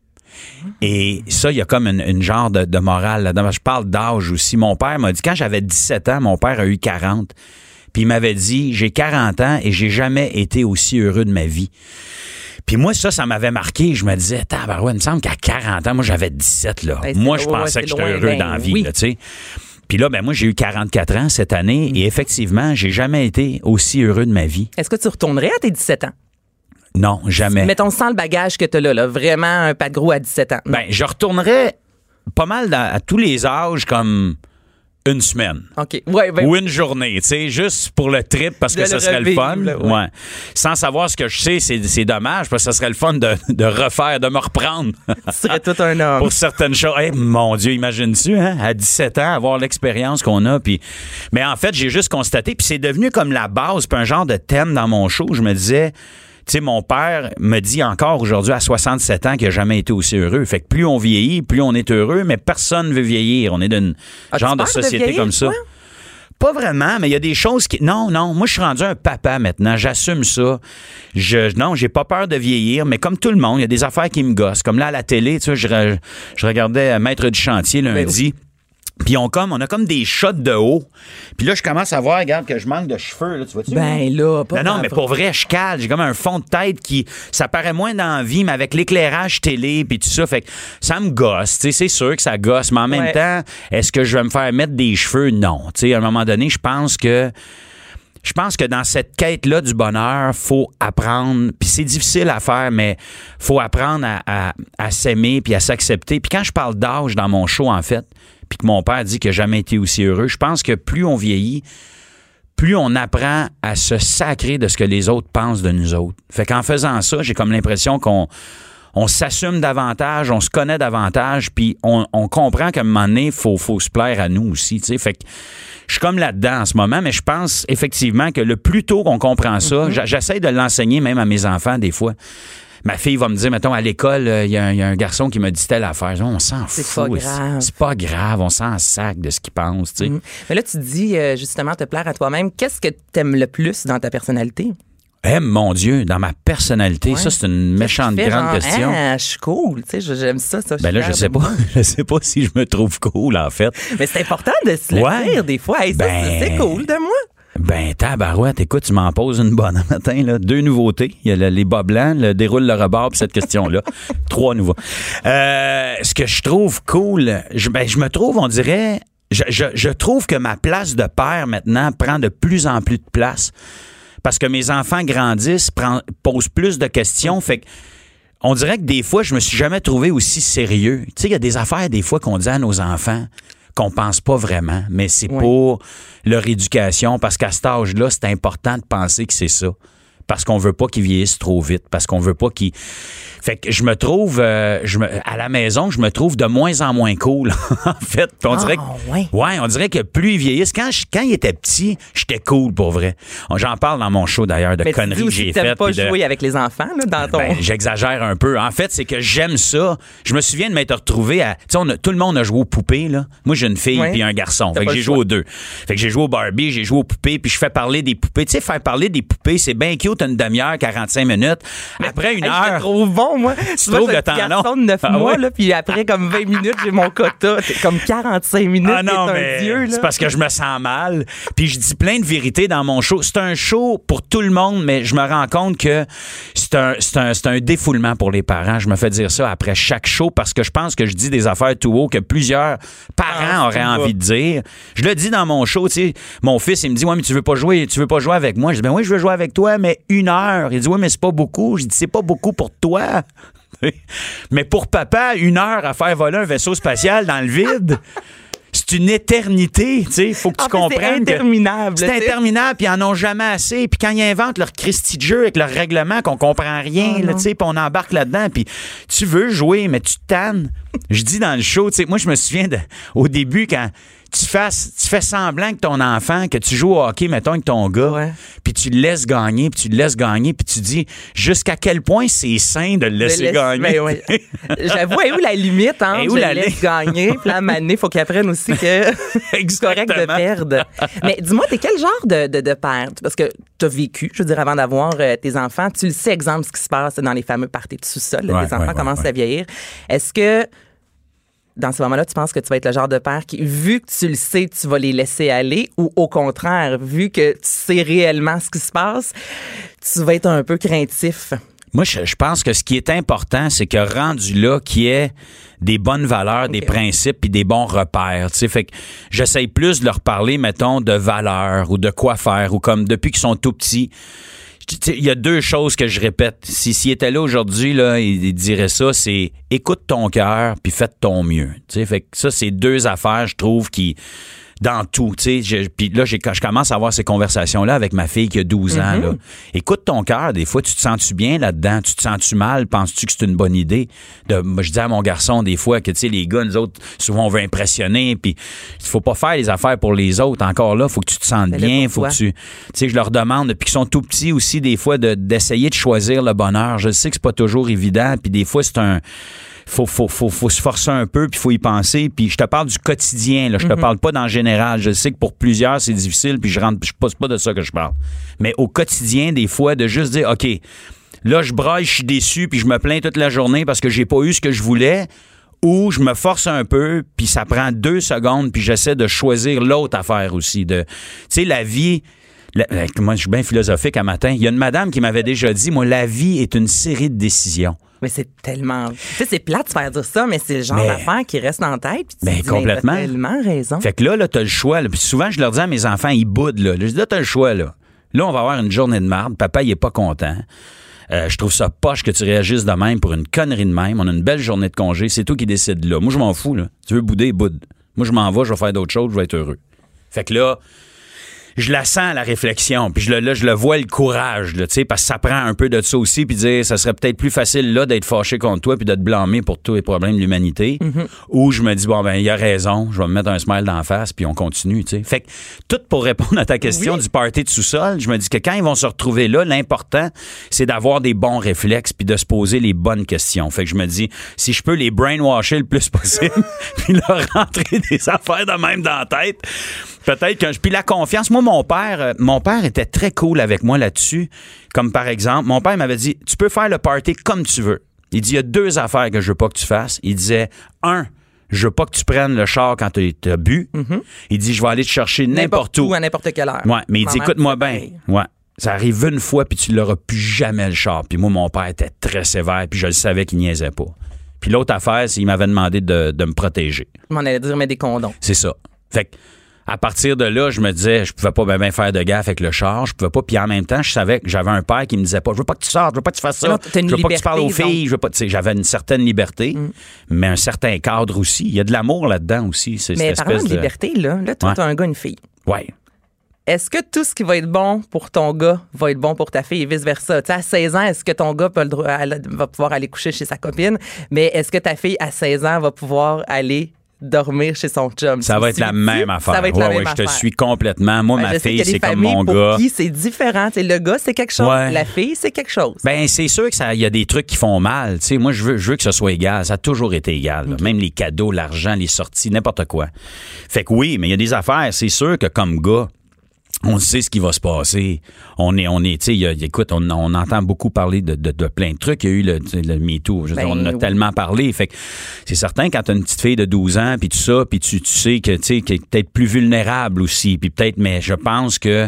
Et ça, il y a comme une genre de morale là-dedans. Je parle d'âge aussi. Mon père m'a dit, quand j'avais 17 ans, mon père a eu 40. Puis il m'avait dit, j'ai 40 ans et j'ai jamais été aussi heureux de ma vie. Puis moi, ça m'avait marqué. Je me disais, tabarouette, il me semble qu'à 40 ans, moi, j'avais 17, là. Ben, Moi, c'est- je ouais, pensais c'est que j'étais loin, heureux ben, dans la vie, oui. là, tu sais. Puis là, ben moi, j'ai eu 44 ans cette année et effectivement, j'ai jamais été aussi heureux de ma vie. Est-ce que tu retournerais à tes 17 ans? Non, jamais. Mettons sans le bagage que t'as là, vraiment un pas de gros à 17 ans. Non. Ben, je retournerais pas mal à tous les âges comme une semaine. OK. Ouais, ben, Ou une journée, tu sais, juste pour le trip parce De que ça le serait le fun. revivre, là, ouais. Sans savoir ce que je sais, c'est dommage parce que ça serait le fun de refaire, de me reprendre tu serais tout un homme. pour certaines choses. Hey, mon Dieu, imagine-tu, hein, à 17 ans, avoir l'expérience qu'on a. Puis, mais en fait, j'ai juste constaté, puis c'est devenu comme la base, puis un genre de thème dans mon show. Je me disais, tu sais, mon père me dit encore aujourd'hui à 67 ans qu'il n'a jamais été aussi heureux. Fait que plus on vieillit, plus on est heureux, mais personne ne veut vieillir. On est d'un As-tu genre de peur de société vieillir, comme ça. toi? Pas vraiment, mais il y a des choses qui... Non, moi, je suis rendu un papa maintenant. J'assume ça. Non, j'ai pas peur de vieillir, mais comme tout le monde, il y a des affaires qui me gossent. Comme là, à la télé, tu sais, je regardais Maître du chantier lundi. Puis on a comme des shots de haut. Puis là, je commence à voir, regarde, que je manque de cheveux. Là, tu vois-tu? Ben là, pas Non, grave. mais pour vrai, je cale. J'ai comme un fond de tête qui... Ça paraît moins dans la vie, mais avec l'éclairage télé puis tout ça, fait que ça me gosse. Tu sais, c'est sûr que ça gosse. Mais en même Ouais. temps, est-ce que je vais me faire mettre des cheveux? Non. Tu sais, à un moment donné, je pense que dans cette quête-là du bonheur, faut apprendre, puis c'est difficile à faire, mais faut apprendre à s'aimer puis à s'accepter. Puis quand je parle d'âge dans mon show, en fait, puis que mon père dit qu'il n'a jamais été aussi heureux, je pense que plus on vieillit, plus on apprend à se sacrer de ce que les autres pensent de nous autres. Fait qu'en faisant ça, j'ai comme l'impression qu'on on s'assume davantage, on se connaît davantage, puis on comprend qu'à un moment donné, faut se plaire à nous aussi, tu sais. Fait que je suis comme là-dedans en ce moment, mais je pense effectivement que le plus tôt qu'on comprend ça, j'essaie de l'enseigner même à mes enfants des fois. Ma fille va me dire, mettons, à l'école, il y a un garçon qui m'a dit telle affaire. On s'en fout. C'est pas grave. C'est pas grave. On s'en sac de ce qu'il pense, tu sais. Mais là, tu dis, justement, te plaire à toi-même. Qu'est-ce que t'aimes le plus dans ta personnalité? Mon Dieu, dans ma personnalité, ça, c'est une méchante grande question. Je suis cool, tu sais, j'aime ça. Ben là, je sais pas si je me trouve cool, en fait. Mais c'est important de se le dire des fois. Hey, c'est cool de moi. Ben, tabarouette, écoute, tu m'en poses une bonne un matin, là. 2 nouveautés. Il y a les bas blancs, le déroule le rebord, puis cette question-là. 3 nouveaux. Ce que je trouve cool, je me trouve, on dirait, je trouve que ma place de père, maintenant, prend de plus en plus de place. Parce que mes enfants grandissent, posent plus de questions. Fait que on dirait que des fois, je me suis jamais trouvé aussi sérieux. Tu sais, il y a des affaires, des fois, qu'on dit à nos enfants qu'on pense pas vraiment, mais c'est pour leur éducation. Parce qu'à cet âge-là, c'est important de penser que c'est ça. Parce qu'on veut pas qu'ils vieillissent trop vite. Parce qu'on veut pas qu'ils... Fait que je me trouve... à la maison, je me trouve de moins en moins cool, en fait. Puis on dirait que, on dirait que plus ils vieillissent... Quand ils étaient petits, j'étais cool, pour vrai. J'en parle dans mon show, d'ailleurs, de conneries que j'ai faites. Mais tu pas jouer avec les enfants, là, dans ton... Ben, j'exagère un peu. En fait, c'est que j'aime ça. Je me souviens de m'être retrouvé à... Tu sais, tout le monde a joué aux poupées, là. Moi, j'ai une fille puis un garçon. Fait que j'ai joué aux deux. Fait que j'ai joué au Barbie, j'ai joué aux poupées, puis je fais parler des poupées. Tu sais, faire parler des poupées, c'est bien cute une demi-heure, 45 minutes. Après une heure... Je te trouve bon, moi. Tu trouves le temps long? Garçon de 9 mois, là, puis après, comme 20 minutes, j'ai mon quota. T'es comme 45 minutes, t'es un dieu, là. C'est parce que je me sens mal. Puis je dis plein de vérités dans mon show. C'est un show pour tout le monde, mais je me rends compte que c'est un défoulement pour les parents. Je me fais dire ça après chaque show parce que je pense que je dis des affaires tout haut que plusieurs parents auraient envie de dire. Je le dis dans mon show, tu sais. Mon fils, il me dit, ouais, mais tu veux pas jouer avec moi? Je dis, ben oui, je veux jouer avec toi, mais 1 heure. Il dit, ouais, mais c'est pas beaucoup. Je dis, c'est pas beaucoup pour toi. Mais pour papa, 1 heure à faire voler un vaisseau spatial dans le vide, c'est une éternité, tu sais. Faut que tu comprennes. C'est interminable. C'est interminable, puis ils en ont jamais assez. Puis quand ils inventent leur Christy de jeu avec leur règlement qu'on comprend rien, là, tu sais, puis on embarque là-dedans, puis tu veux jouer, mais tu te tannes. Je dis dans le show, tu sais, moi, je me souviens au début quand tu fais semblant que ton enfant, que tu joues au hockey, mettons, avec ton gars, puis tu le laisses gagner, puis tu dis jusqu'à quel point c'est sain de le laisser gagner. Mais ouais. J'avoue, où la limite, hein? Je le laisse gagner, puis là, à un moment donné, il faut qu'il apprenne aussi que c'est correct de perdre. Mais dis-moi, t'es quel genre de père? Parce que t'as vécu, je veux dire, avant d'avoir tes enfants, tu le sais, exemple, ce qui se passe dans les fameux parties de sous-sol, tes enfants commencent à vieillir. Est-ce que dans ce moment-là, tu penses que tu vas être le genre de père qui, vu que tu le sais, tu vas les laisser aller, ou au contraire, vu que tu sais réellement ce qui se passe, tu vas être un peu craintif? Moi, je pense que ce qui est important, c'est que rendu là, qu'il y ait des bonnes valeurs, des principes puis des bons repères. Tu sais, fait que j'essaye plus de leur parler, mettons, de valeurs ou de quoi faire, ou comme depuis qu'ils sont tout petits. Il y a 2 choses que je répète. S'il était là aujourd'hui, là, il dirait ça, c'est écoute ton cœur puis fais de ton mieux. Tu sais, fait que ça, c'est 2 affaires, je trouve, qui dans tout, tu sais. Puis là, je commence à avoir ces conversations-là avec ma fille qui a 12 ans. Là. Écoute ton cœur. Des fois, tu te sens-tu bien là-dedans? Tu te sens-tu mal? Penses-tu que c'est une bonne idée? Moi, je dis à mon garçon des fois que, tu sais, les gars, nous autres, souvent, on veut impressionner. Puis il faut pas faire les affaires pour les autres. Encore là, faut que tu te sentes bien. Faut que tu sais, je leur demande, depuis qu'ils sont tout petits aussi, des fois, d'essayer de choisir le bonheur. Je sais que c'est pas toujours évident. Puis des fois, c'est un... Faut se forcer un peu, puis il faut y penser. Puis je te parle du quotidien, là. Je te parle pas dans le général. Je sais que pour plusieurs, c'est difficile, puis c'est pas de ça que je parle. Mais au quotidien, des fois, de juste dire, OK, là, je braille, je suis déçu, puis je me plains toute la journée parce que j'ai pas eu ce que je voulais, ou je me force un peu, puis ça prend 2 secondes, puis j'essaie de choisir l'autre affaire aussi. Tu sais, la vie... moi, je suis bien philosophique un matin. Il y a une madame qui m'avait déjà dit, moi, la vie est une série de décisions. Mais c'est tellement... Tu sais, c'est plate de faire dire ça, mais c'est le genre d'affaire qui reste en tête. Puis tu dis, complètement. T'as tellement raison. Fait que là, t'as le choix. Là. Puis souvent, je leur dis à mes enfants, ils boudent. Là, je dis, là, t'as le choix. Là, on va avoir une journée de marde. Papa, il est pas content. Je trouve ça poche que tu réagisses de même pour une connerie de même. On a une belle journée de congé. C'est toi qui décides là. Moi, je m'en fous. Là. Tu veux bouder, boude. Moi, je m'en vais, je vais faire d'autres choses, je vais être heureux. Fait que là... je la sens, la réflexion. Puis je le vois, le courage, là, tu sais, parce que ça prend un peu de ça aussi. Puis dire, ça serait peut-être plus facile, là, d'être fâché contre toi puis de te blâmer pour tous les problèmes de l'humanité. Ou je me dis, bon, ben, il a raison. Je vais me mettre un smile d'en face puis on continue, tu sais. Fait que, tout pour répondre à ta question du party de sous-sol, je me dis que quand ils vont se retrouver là, l'important, c'est d'avoir des bons réflexes puis de se poser les bonnes questions. Fait que je me dis, si je peux les brainwasher le plus possible puis leur rentrer des affaires de même dans la tête, peut-être que... Puis la confiance, moi, mon père était très cool avec moi là-dessus. Comme par exemple, mon père m'avait dit, tu peux faire le party comme tu veux. Il dit, il y a 2 affaires que je veux pas que tu fasses. Il disait, 1, je veux pas que tu prennes le char quand t'as bu. Il dit, je vais aller te chercher n'importe où. À n'importe quelle heure. Ouais, mais il dit, écoute-moi bien. Ouais. Ça arrive une fois, puis tu l'auras plus jamais le char. Puis moi, mon père était très sévère, puis je le savais qu'il niaisait pas. Puis l'autre affaire, c'est qu'il m'avait demandé de me protéger. On allait dire, mais des condoms. C'est ça. Fait que, à partir de là, je me disais, je pouvais pas bien faire de gaffe avec le char, je pouvais pas. Puis en même temps, je savais que j'avais un père qui me disait pas, je veux pas que tu sortes, je veux pas que tu fasses ça, je veux pas que tu parles aux filles, je veux pas. Tu sais, j'avais une certaine liberté, mais un certain cadre aussi. Il y a de l'amour là-dedans aussi. Mais parlant de liberté, là toi, t'as un gars, une fille. Ouais. Est-ce que tout ce qui va être bon pour ton gars va être bon pour ta fille et vice-versa? Tu sais, à 16 ans, est-ce que ton gars va pouvoir aller coucher chez sa copine, mais est-ce que ta fille, à 16 ans, va pouvoir aller dormir chez son chum? Ça va être la même affaire. Ça va être la même affaire. Je te suis complètement. Moi, ma fille, c'est comme mon gars. Pour qui c'est différent. T'sais, le gars, c'est quelque chose. Ouais. La fille, c'est quelque chose. Ben, c'est sûr que il y a des trucs qui font mal. T'sais, moi, je veux que ce soit égal. Ça a toujours été égal. Okay. Même les cadeaux, l'argent, les sorties, n'importe quoi. Fait que oui, mais il y a des affaires. C'est sûr que comme gars, on sait ce qui va se passer. On est, tu sais, écoute, on entend beaucoup parler de plein de trucs. Il y a eu le MeToo. On en a tellement parlé. Fait que c'est certain, quand t'as une petite fille de 12 ans, puis tout ça, puis tu sais que, tu sais, qu'elle est peut-être plus vulnérable aussi. Puis peut-être, mais je pense que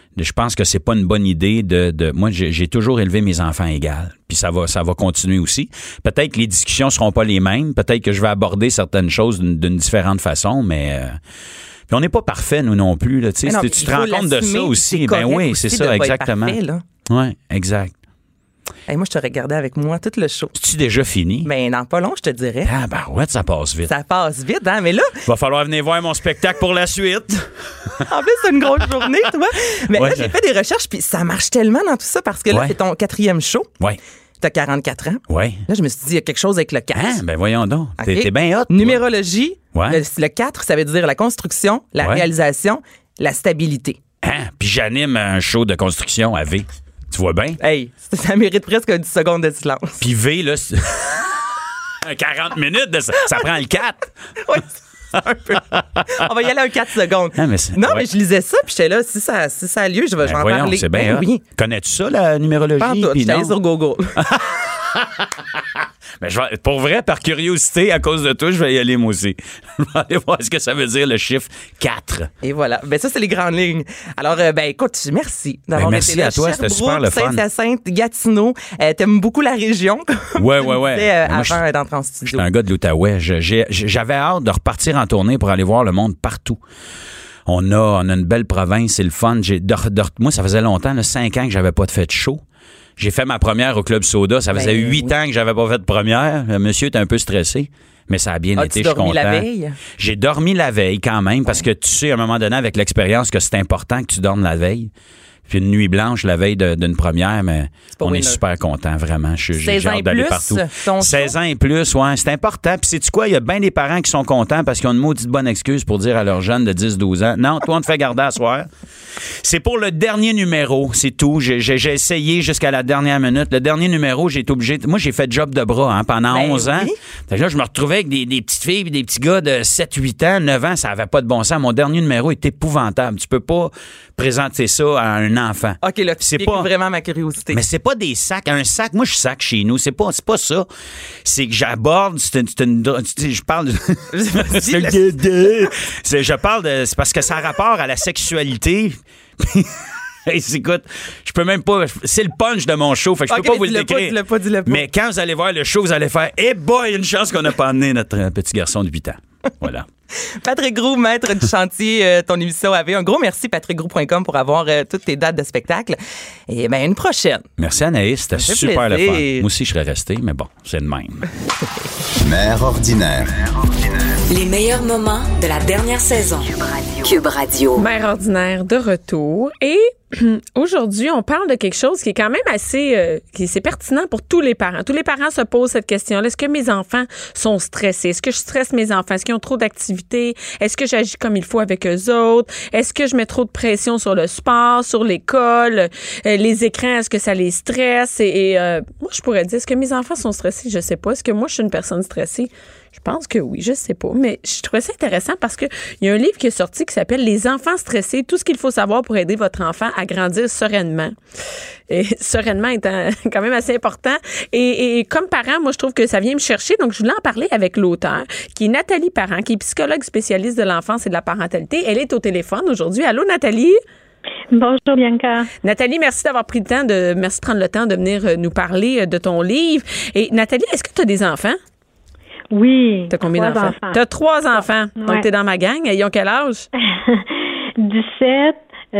c'est pas une bonne idée moi, j'ai toujours élevé mes enfants égales. Puis ça va continuer aussi. Peut-être que les discussions seront pas les mêmes. Peut-être que je vais aborder certaines choses d'une différente façon, mais, puis on n'est pas parfait, nous non plus. Là, tu te rends compte de ça aussi. Ben oui, c'est ça, exactement. Oui, exact. Hey, moi, je t'aurais gardé avec moi tout le show. C'est-tu déjà fini? Ben, dans pas long, je te dirais. Ah, ben ouais, ça passe vite. Ça passe vite, hein, mais là... Va falloir venir voir mon spectacle pour la suite. En plus, c'est une grosse journée, toi. Mais là, j'ai fait des recherches, puis ça marche tellement dans tout ça, parce que là, c'est ton 4e show. Oui. T'as 44 ans. Oui. Là, je me suis dit, il y a quelque chose avec le 4. Ah, ben voyons donc. Okay. T'es bien hot. Numérologie. Ouais. Le 4, ça veut dire la construction, la réalisation, la stabilité. Ah, puis j'anime un show de construction à V. Tu vois bien? Hey, ça mérite presque 10 secondes de silence. Puis V, là, 40 minutes, ça prend le 4. Oui, un peu. On va y aller à 4 secondes. Ah, mais mais je lisais ça, puis j'étais là, si ça a lieu, je vais en parler. C'est bien, oui. Connais-tu ça, la numérologie? Pas en tout, j'étais allé sur Google. Mais pour vrai, par curiosité, à cause de toi, je vais y aller moi aussi. Je vais aller voir ce que ça veut dire, le chiffre 4. Et voilà. Ben ça, c'est les grandes lignes. Alors, écoute, merci d'avoir été là. Merci à toi, c'était super le fun. Saint-Hyacinthe, Gatineau. T'aimes beaucoup la région. Ouais. Avant d'entrer en studio. Je suis un gars de l'Outaouais. J'avais hâte de repartir en tournée pour aller voir le monde partout. On a une belle province, c'est le fun. Moi, ça faisait longtemps, 5 ans que j'avais pas fait de show. J'ai fait ma première au Club Soda. Ça faisait 8 ans que j'avais pas fait de première. Le monsieur était un peu stressé, mais ça a bien été, je suis content. La veille? J'ai dormi la veille quand même, parce que tu sais, à un moment donné, avec l'expérience, que c'est important que tu dormes la veille. Puis une nuit blanche la veille d'une première, mais on est super contents, vraiment. J'ai hâte d'aller partout. 16 ans et plus, ouais, c'est important. Puis sais-tu quoi, il y a bien des parents qui sont contents parce qu'ils ont une maudite bonne excuse pour dire à leurs jeunes de 10-12 ans, non, toi, on te fait garder à soir. C'est pour le dernier numéro, c'est tout. J'ai essayé jusqu'à la dernière minute. Le dernier numéro, j'ai été obligé... Moi, j'ai fait job de bras pendant 11 ans. Fait que là, je me retrouvais avec des petites filles et des petits gars de 7-8 ans, 9 ans, ça avait pas de bon sens. Mon dernier numéro est épouvantable. Tu peux pas présenter ça à un enfant. OK, là, c'est pas vraiment ma curiosité. Mais c'est pas des sacs. Un sac, moi, je sac chez nous. C'est pas ça. C'est que j'aborde, je parle c'est parce que ça a rapport à la sexualité. Hey, écoute, je peux même pas. C'est le punch de mon show, fait que je peux pas vous le décrire. Dis-le pas. Mais quand vous allez voir le show, vous allez faire hey boy, une chance qu'on n'a pas amené notre petit garçon de 8 ans. Voilà. Patrick Groux, maître du chantier, ton émission avait. Un gros merci, patrickgroux.com, pour avoir toutes tes dates de spectacle. Et bien, une prochaine. Merci Anaïs, c'était super le fun. Moi aussi, je serais resté, mais bon, c'est le même. Mère ordinaire. Les meilleurs moments de la dernière saison. Cube Radio. Mère ordinaire de retour. Et aujourd'hui, on parle de quelque chose qui est quand même assez pertinent pour tous les parents. Tous les parents se posent cette question-là. Est-ce que mes enfants sont stressés? Est-ce que je stresse mes enfants? Est-ce qu'ils ont trop d'activités? Est-ce que j'agis comme il faut avec eux autres? Est-ce que je mets trop de pression sur le sport, sur l'école? Les écrans, est-ce que ça les stresse? Moi, je pourrais dire, est-ce que mes enfants sont stressés? Je sais pas. Est-ce que moi, je suis une personne stressée? Je pense que oui, je sais pas. Mais je trouvais ça intéressant parce que il y a un livre qui est sorti qui s'appelle « Les enfants stressés, tout ce qu'il faut savoir pour aider votre enfant à grandir sereinement ». Et sereinement étant quand même assez important. Et comme parent, moi, je trouve que ça vient me chercher. Donc, je voulais en parler avec l'auteur, qui est Nathalie Parent, qui est psychologue spécialiste de l'enfance et de la parentalité. Elle est au téléphone aujourd'hui. Allô, Nathalie? Bonjour, Bianca. Nathalie, merci d'avoir pris le temps merci de prendre le temps de venir nous parler de ton livre. Et Nathalie, est-ce que tu as des enfants? Oui. T'as combien d'enfants? T'as 3 enfants. Ouais. Donc, t'es dans ma gang. Ils ont quel âge? 17.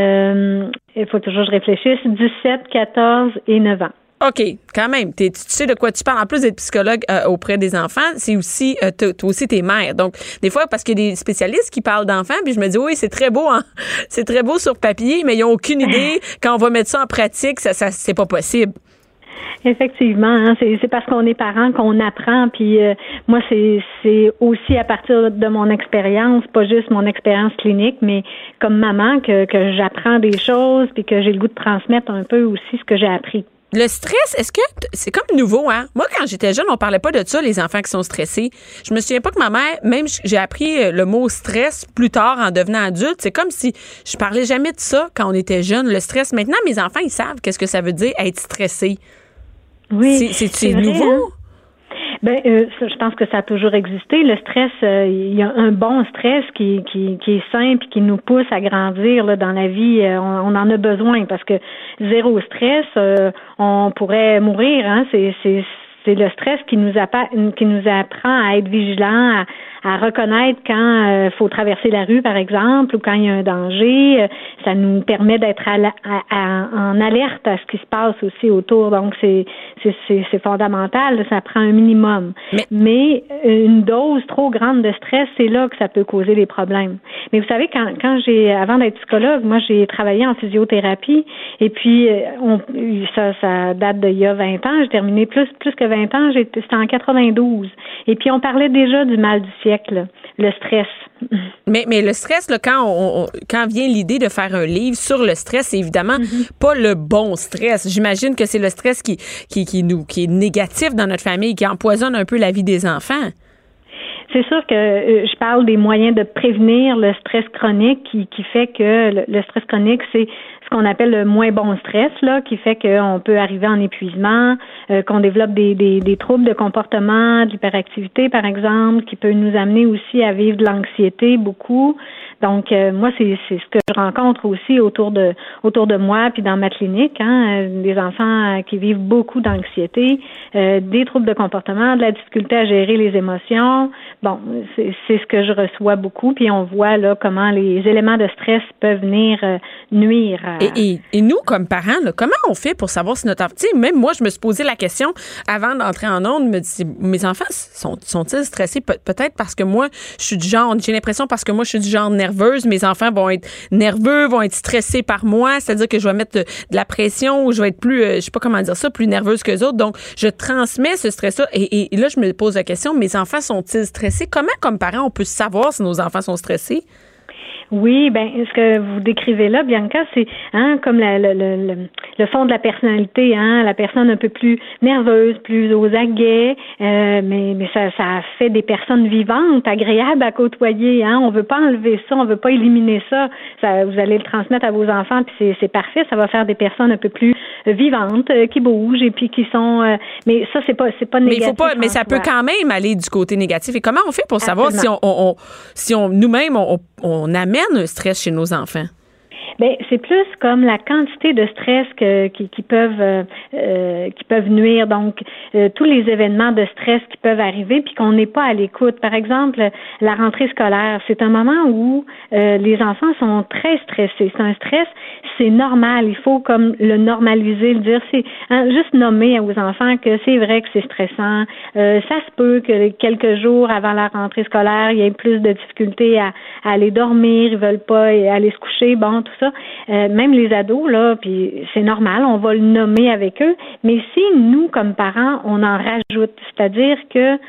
Il faut toujours que je réfléchisse. 17, 14 et 9 ans. OK, quand même. Tu sais de quoi tu parles. En plus d'être psychologue auprès des enfants, c'est aussi, toi aussi, t'es mère. Donc, des fois, parce qu'il y a des spécialistes qui parlent d'enfants, puis je me dis, oui, c'est très beau, hein? C'est très beau sur papier, mais ils n'ont aucune idée. Quand on va mettre ça en pratique, ça c'est pas possible. Effectivement, hein, c'est parce qu'on est parent qu'on apprend. Puis moi, c'est aussi à partir de mon expérience, pas juste mon expérience clinique, mais comme maman que j'apprends des choses, puis que j'ai le goût de transmettre un peu aussi ce que j'ai appris. Le stress, est-ce que c'est comme nouveau, hein? Moi, quand j'étais jeune, on parlait pas de ça, les enfants qui sont stressés. Je me souviens pas que ma mère, même j'ai appris le mot stress plus tard en devenant adulte. C'est comme si je parlais jamais de ça quand on était jeune, le stress. Maintenant, mes enfants, ils savent qu'est-ce que ça veut dire être stressé. Oui. C'est nouveau? Hein? Ben, je pense que ça a toujours existé. Le stress, il y a un bon stress qui est simple et qui nous pousse à grandir là, dans la vie. On en a besoin parce que zéro stress, on pourrait mourir. Hein? C'est le stress qui nous apprend à être vigilant, à reconnaître quand faut traverser la rue, par exemple, ou quand il y a un danger. Ça nous permet d'être en alerte à ce qui se passe aussi autour. Donc, c'est fondamental. Ça prend un minimum. Mais une dose trop grande de stress, c'est là que ça peut causer des problèmes. Mais vous savez, quand avant d'être psychologue, moi, j'ai travaillé en physiothérapie. Et puis, ça date d'il y a 20 ans. J'ai terminé plus que 20 ans. C'était en 92. Et puis, on parlait déjà du mal du siècle, le stress. Mais le stress, là, quand vient l'idée de faire un livre sur le stress, c'est évidemment pas le bon stress. J'imagine que c'est le stress qui est négatif dans notre famille, qui empoisonne un peu la vie des enfants. C'est sûr que je parle des moyens de prévenir le stress chronique qui fait que le stress chronique, c'est ce qu'on appelle le moins bon stress, là, qui fait qu'on peut arriver en épuisement, qu'on développe des troubles de comportement, de l'hyperactivité, par exemple, qui peut nous amener aussi à vivre de l'anxiété beaucoup. Donc, moi, c'est ce que je rencontre aussi autour de moi, puis dans ma clinique, hein, des enfants qui vivent beaucoup d'anxiété, des troubles de comportement, de la difficulté à gérer les émotions. Bon, c'est ce que je reçois beaucoup, puis on voit là comment les éléments de stress peuvent venir nuire. Et nous, comme parents, là, comment on fait pour savoir si notre enfant... Tu sais, même moi, je me suis posé la question avant d'entrer en ondes, me dis, mes enfants sont-ils stressés? Peut-être parce que moi, je suis du genre... J'ai l'impression parce que moi, je suis du genre nerveuse, mes enfants vont être nerveux, vont être stressés par moi, c'est-à-dire que je vais mettre de la pression ou je vais être plus, je sais pas comment dire ça, plus nerveuse qu'eux autres. Donc, je transmets ce stress-là. Et là, je me pose la question, mes enfants sont-ils stressés? Comment, comme parents, on peut savoir si nos enfants sont stressés? Oui, ben ce que vous décrivez là, Bianca, c'est comme le fond de la personnalité, la personne un peu plus nerveuse, plus aux aguets, mais ça fait des personnes vivantes, agréables à côtoyer. On veut pas enlever ça, on veut pas éliminer ça. Vous allez le transmettre à vos enfants, puis c'est parfait. Ça va faire des personnes un peu plus vivantes, qui bougent et puis qui sont. Mais ça, c'est pas négatif. Mais il faut pas. Mais ça peut quand même aller du côté négatif. Et comment on fait pour savoir si on nous-mêmes on amène un stress chez nos enfants? Ben, c'est plus comme la quantité de stress qui peuvent nuire. Donc, tous les événements de stress qui peuvent arriver, puis qu'on n'est pas à l'écoute. Par exemple, la rentrée scolaire, c'est un moment où les enfants sont très stressés. C'est un stress, c'est normal. Il faut comme le normaliser, le dire. C'est juste nommer aux enfants que c'est vrai que c'est stressant. Ça se peut que quelques jours avant la rentrée scolaire, il y ait plus de difficultés à aller dormir, ils veulent pas aller se coucher, bon, tout ça. Même les ados, là, puis c'est normal, on va le nommer avec eux. Mais si nous, comme parents, on en rajoute, c'est-à-dire que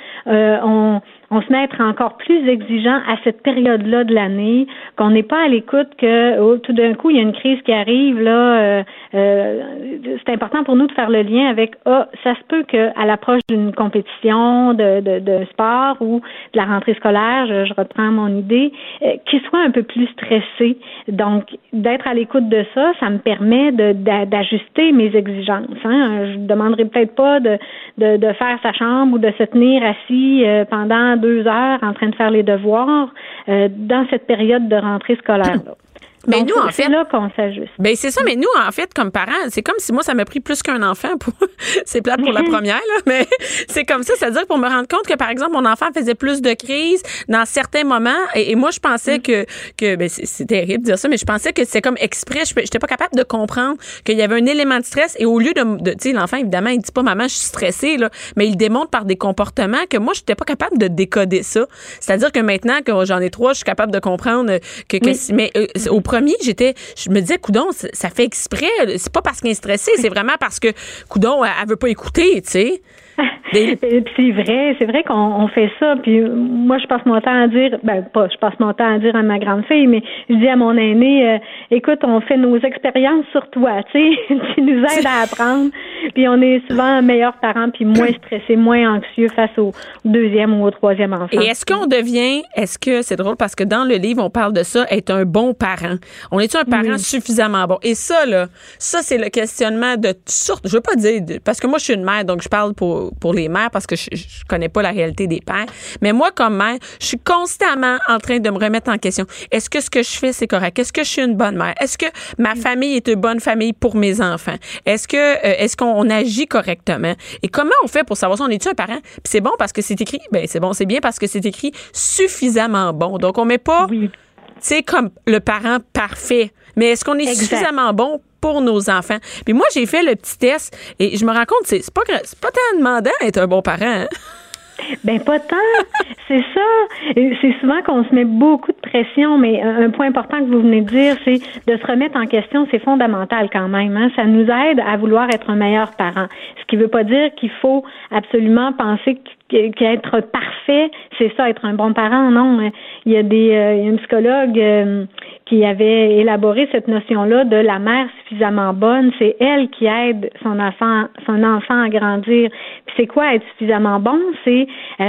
on se met à être encore plus exigeant à cette période-là de l'année, qu'on n'est pas à l'écoute que tout d'un coup, il y a une crise qui arrive, là, c'est important pour nous de faire le lien avec ça se peut qu'à l'approche d'une compétition de sport ou de la rentrée scolaire, je reprends mon idée, qu'il soit un peu plus stressé. Donc, d'être à l'écoute de ça, ça me permet d'ajuster mes exigences. Hein. Je ne demanderai peut-être pas de faire sa chambre ou de se tenir assis pendant 2 heures en train de faire les devoirs dans cette période de rentrée scolaire-là. Mais donc, nous, en fait, c'est là qu'on s'ajuste. Ben c'est ça, mais nous, en fait, comme parents, c'est comme si moi, ça m'a pris plus qu'un enfant pour. C'est plate pour la première, là, mais c'est comme ça. C'est-à-dire pour me rendre compte que, par exemple, mon enfant faisait plus de crises dans certains moments. Et moi, je pensais que ben, c'est terrible de dire ça, mais je pensais que c'était comme exprès. J'étais pas capable de comprendre qu'il y avait un élément de stress. Et au lieu de tu sais, l'enfant, évidemment, il dit pas, maman, je suis stressée, là, mais il démontre par des comportements que moi, j'étais pas capable de décoder ça. C'est-à-dire que maintenant que j'en ai 3, je suis capable de comprendre mais au premier, je me disais, coudon, ça fait exprès. C'est pas parce qu'elle est stressée, c'est vraiment parce que, coudon, elle veut pas écouter, tu sais. C'est vrai qu'on fait ça. Puis moi, je passe mon temps à dire, je passe mon temps à dire à ma grande fille, mais je dis à mon aîné, écoute, on fait nos expériences sur toi, tu sais, tu nous aides à apprendre. Puis on est souvent meilleurs parents, puis moins stressés, moins anxieux face au 2e ou au 3e enfant. Et est-ce que c'est drôle parce que dans le livre, on parle de ça, être un bon parent. On est-tu un parent suffisamment bon? Et ça, là, c'est le questionnement de sorte. Je veux pas dire, parce que moi, je suis une mère, donc je parle pour les mères parce que je connais pas la réalité des pères. Mais moi, comme mère, je suis constamment en train de me remettre en question. Est-ce que ce que je fais, c'est correct? Est-ce que je suis une bonne mère? Est-ce que ma famille est une bonne famille pour mes enfants? Est-ce qu'on agit correctement? Et comment on fait pour savoir si on est-tu un parent? Puis c'est bon parce que c'est écrit, c'est bien parce que c'est écrit suffisamment bon. Donc, on met pas, tu sais, comme le parent parfait. Mais est-ce qu'on est suffisamment bon pour nos enfants? Puis moi, j'ai fait le petit test et je me rends compte, c'est pas tant demandant d'être un bon parent. Hein? Ben pas tant, c'est ça. C'est souvent qu'on se met beaucoup de pression, mais un point important que vous venez de dire, c'est de se remettre en question, c'est fondamental quand même. Hein? Ça nous aide à vouloir être un meilleur parent. Ce qui veut pas dire qu'il faut absolument penser qu'être parfait, c'est ça, être un bon parent. Non, il y a une psychologue qui avait élaboré cette notion-là de la mère suffisamment bonne. C'est elle qui aide son enfant à grandir. Puis c'est quoi être suffisamment bon? C'est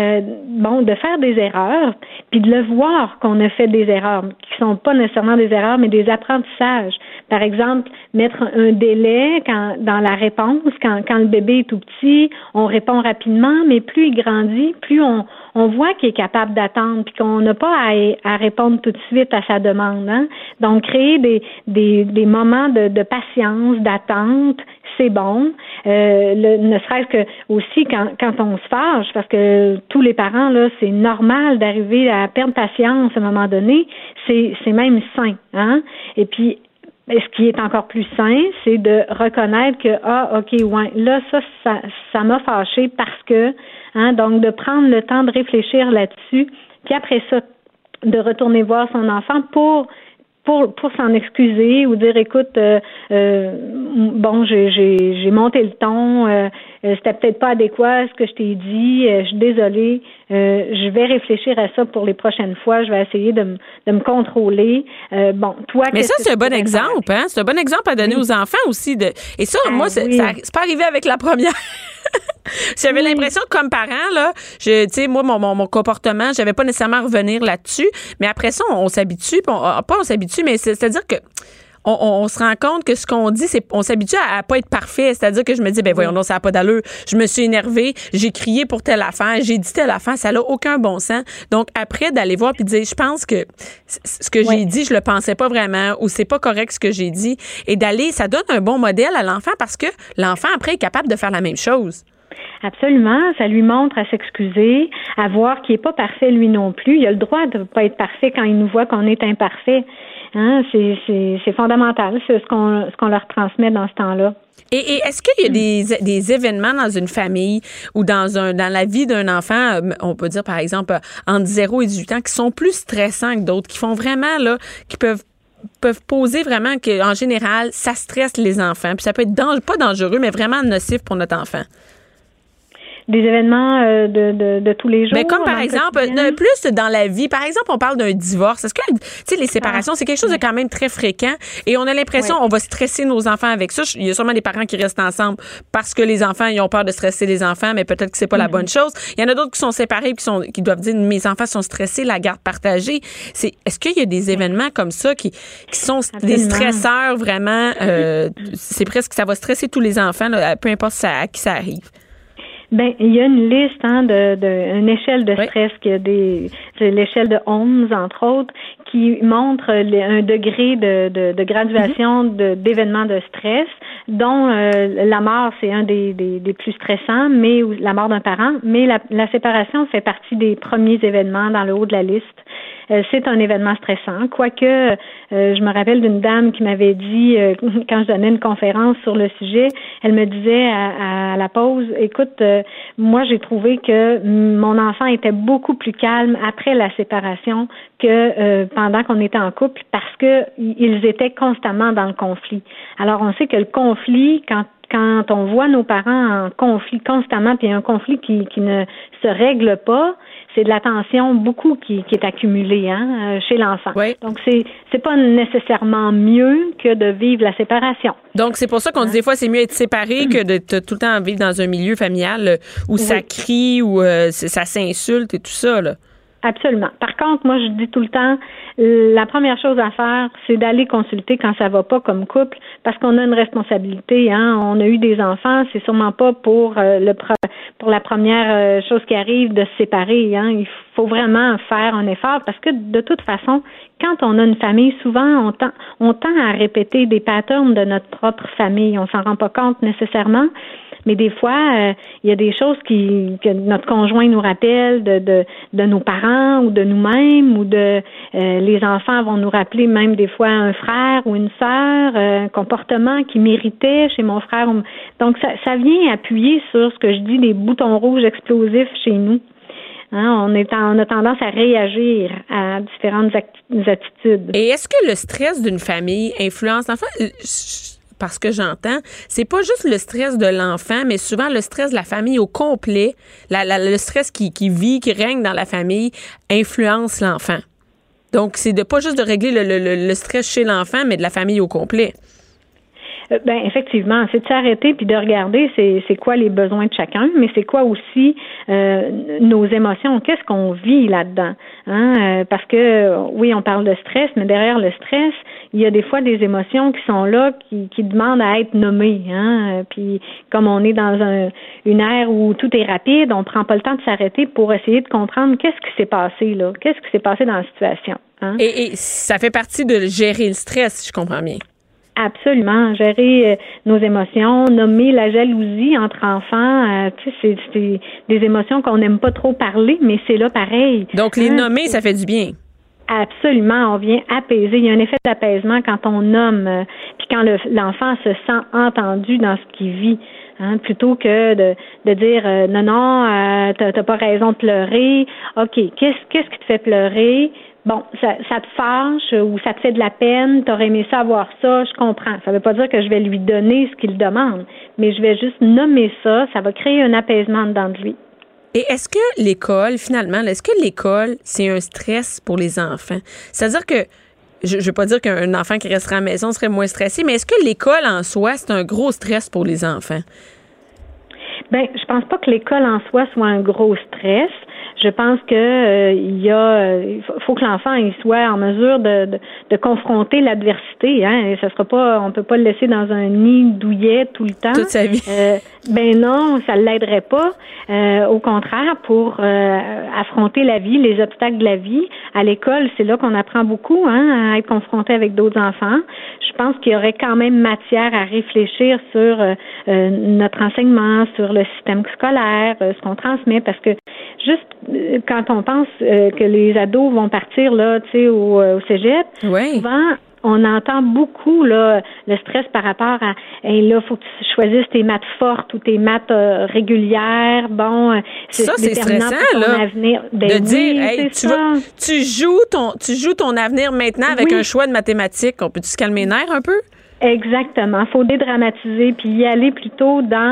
de faire des erreurs, puis de le voir qu'on a fait des erreurs, qui sont pas nécessairement des erreurs, mais des apprentissages. Par exemple, mettre un délai dans la réponse, quand le bébé est tout petit, on répond rapidement, mais plus il grandit, plus on voit qu'il est capable d'attendre, puis qu'on n'a pas à répondre tout de suite à sa demande. Hein? Donc, créer des moments de patience, d'attente, c'est bon. Ne serait-ce que aussi quand on se fâche, parce que tous les parents, là, c'est normal d'arriver à perdre patience à un moment donné, c'est même sain. Hein? Et puis, ce qui est encore plus sain, c'est de reconnaître que, là, ça m'a fâché parce que, hein, donc de prendre le temps de réfléchir là-dessus, puis après ça, de retourner voir son enfant pour s'en excuser ou dire, écoute, j'ai monté le ton, c'était peut-être pas adéquat ce que je t'ai dit, je suis désolée, je vais réfléchir à ça pour les prochaines fois, je vais essayer de me contrôler. Toi, mais ça, c'est un bon exemple, hein? C'est un bon exemple à donner aux enfants aussi. Et ça, moi, c'est pas arrivé avec la première. J'avais l'impression que comme parent, là, tu sais, moi, mon comportement, j'avais pas nécessairement à revenir là-dessus, mais après ça, on s'habitue, on s'habitue, mais c'est-à-dire que on se rend compte que ce qu'on dit, c'est on s'habitue à pas être parfait. C'est-à-dire que je me dis, ben voyons, non, ça n'a pas d'allure. Je me suis énervée, j'ai crié pour telle affaire, j'ai dit telle affaire, ça n'a aucun bon sens. Donc, après, d'aller voir puis de dire, je pense que ce que j'ai dit, je le pensais pas vraiment ou c'est pas correct ce que j'ai dit. Et d'aller, ça donne un bon modèle à l'enfant parce que l'enfant, après, est capable de faire la même chose. Absolument. Ça lui montre à s'excuser, à voir qu'il n'est pas parfait lui non plus. Il a le droit de ne pas être parfait quand il nous voit qu'on est imparfait. Hein? C'est fondamental, c'est ce qu'on leur transmet dans ce temps-là. Et est-ce qu'il y a des événements dans une famille ou dans la vie d'un enfant, on peut dire par exemple entre 0 et 18 ans, qui sont plus stressants que d'autres, qui font vraiment, là, qui peuvent poser vraiment qu'en général, ça stresse les enfants. Puis ça peut être pas dangereux, mais vraiment nocif pour notre enfant. Des événements de tous les jours. Mais comme par exemple, plus dans la vie. Par exemple, on parle d'un divorce. Est-ce que, tu sais, les séparations, c'est quelque chose de quand même très fréquent et on a l'impression on va stresser nos enfants avec ça. Il y a sûrement des parents qui restent ensemble parce que les enfants, ils ont peur de stresser les enfants, mais peut-être que c'est pas la bonne chose. Il y en a d'autres qui sont séparés qui doivent dire mes enfants sont stressés, la garde partagée. Est-ce qu'il y a des événements comme ça qui sont des stresseurs vraiment? C'est presque, ça va stresser tous les enfants, là, peu importe à qui ça arrive. Ben, il y a une liste une échelle de stress c'est l'échelle de 11 entre autres qui montre un degré de graduation d'événements de stress dont la mort c'est un des plus stressants, mais la mort d'un parent, mais la séparation fait partie des premiers événements dans le haut de la liste. C'est un événement stressant, quoique je me rappelle d'une dame qui m'avait dit quand je donnais une conférence sur le sujet, elle me disait à la pause, écoute, moi j'ai trouvé que mon enfant était beaucoup plus calme après la séparation que pendant qu'on était en couple parce que ils étaient constamment dans le conflit. Alors on sait que le conflit, quand on voit nos parents en conflit constamment, puis un conflit qui ne se règle pas, c'est de la tension beaucoup qui est accumulée chez l'enfant. Oui. Donc c'est pas nécessairement mieux que de vivre la séparation. Donc c'est pour ça qu'on dit des fois c'est mieux être séparé que de tout le temps vivre dans un milieu familial où ça crie, où ça s'insulte et tout ça là. Absolument. Par contre, moi, je dis tout le temps, la première chose à faire, c'est d'aller consulter quand ça va pas comme couple, parce qu'on a une responsabilité. On a eu des enfants, c'est sûrement pas pour la première chose qui arrive de se séparer. Il faut vraiment faire un effort, parce que de toute façon, quand on a une famille, souvent on tend à répéter des patterns de notre propre famille. On s'en rend pas compte nécessairement. Mais des fois, il y a des choses que notre conjoint nous rappelle de nos parents ou de nous-mêmes ou les enfants vont nous rappeler même des fois un frère ou une sœur, un comportement qui méritait chez mon frère. Donc, ça vient appuyer sur ce que je dis, des boutons rouges explosifs chez nous. On a tendance à réagir à différentes attitudes. Et est-ce que le stress d'une famille influence l'enfant? Parce que j'entends, c'est pas juste le stress de l'enfant, mais souvent le stress de la famille au complet, le stress qui règne dans la famille influence l'enfant. Donc, c'est pas juste de régler le stress chez l'enfant, mais de la famille au complet. Ben effectivement, c'est de s'arrêter puis de regarder c'est quoi les besoins de chacun, mais c'est quoi aussi nos émotions, qu'est-ce qu'on vit là-dedans, parce que oui, on parle de stress, mais derrière le stress, il y a des fois des émotions qui sont là qui demandent à être nommées, puis comme on est dans une ère où tout est rapide, on prend pas le temps de s'arrêter pour essayer de comprendre qu'est-ce qui s'est passé là, qu'est-ce qui s'est passé dans la situation. Et ça fait partie de gérer le stress, si je comprends bien. Absolument. Gérer nos émotions, nommer la jalousie entre enfants, c'est des émotions qu'on n'aime pas trop parler, mais c'est là pareil. Donc, les nommer, ça fait du bien. Absolument. On vient apaiser. Il y a un effet d'apaisement quand on nomme, puis quand l'enfant se sent entendu dans ce qu'il vit. Plutôt que de dire non, t'as pas raison de pleurer. OK, qu'est-ce qui te fait pleurer? Bon, ça te fâche ou ça te fait de la peine, t'aurais aimé ça avoir ça, je comprends. Ça veut pas dire que je vais lui donner ce qu'il demande, mais je vais juste nommer ça va créer un apaisement dedans de lui. Et est-ce que l'école, finalement, c'est un stress pour les enfants? C'est-à-dire que, je veux pas dire qu'un enfant qui resterait à la maison serait moins stressé, mais est-ce que l'école en soi, c'est un gros stress pour les enfants? Ben, je pense pas que l'école en soi soit un gros stress. je pense que il faut que l'enfant il soit en mesure de confronter l'adversité, hein, et ça sera pas, on peut pas le laisser dans un nid douillet tout le temps. Toute sa vie. Ben non, ça l'aiderait pas. Au contraire, pour affronter la vie, les obstacles de la vie, à l'école, c'est là qu'on apprend beaucoup, hein, à être confronté avec d'autres enfants. Je pense qu'il y aurait quand même matière à réfléchir sur notre enseignement, sur le système scolaire, ce qu'on transmet, parce que juste quand on pense que les ados vont partir là, tu sais, au cégep, souvent on entend beaucoup là le stress par rapport à là faut que tu choisisses tes maths fortes ou tes maths régulières. Bon, ça c'est stressant pour ton là. Avenir. Ben de oui, dire hey, tu joues ton avenir maintenant avec un choix de mathématiques. On peut-tu se calmer les nerfs un peu? Exactement. Faut dédramatiser puis y aller plutôt dans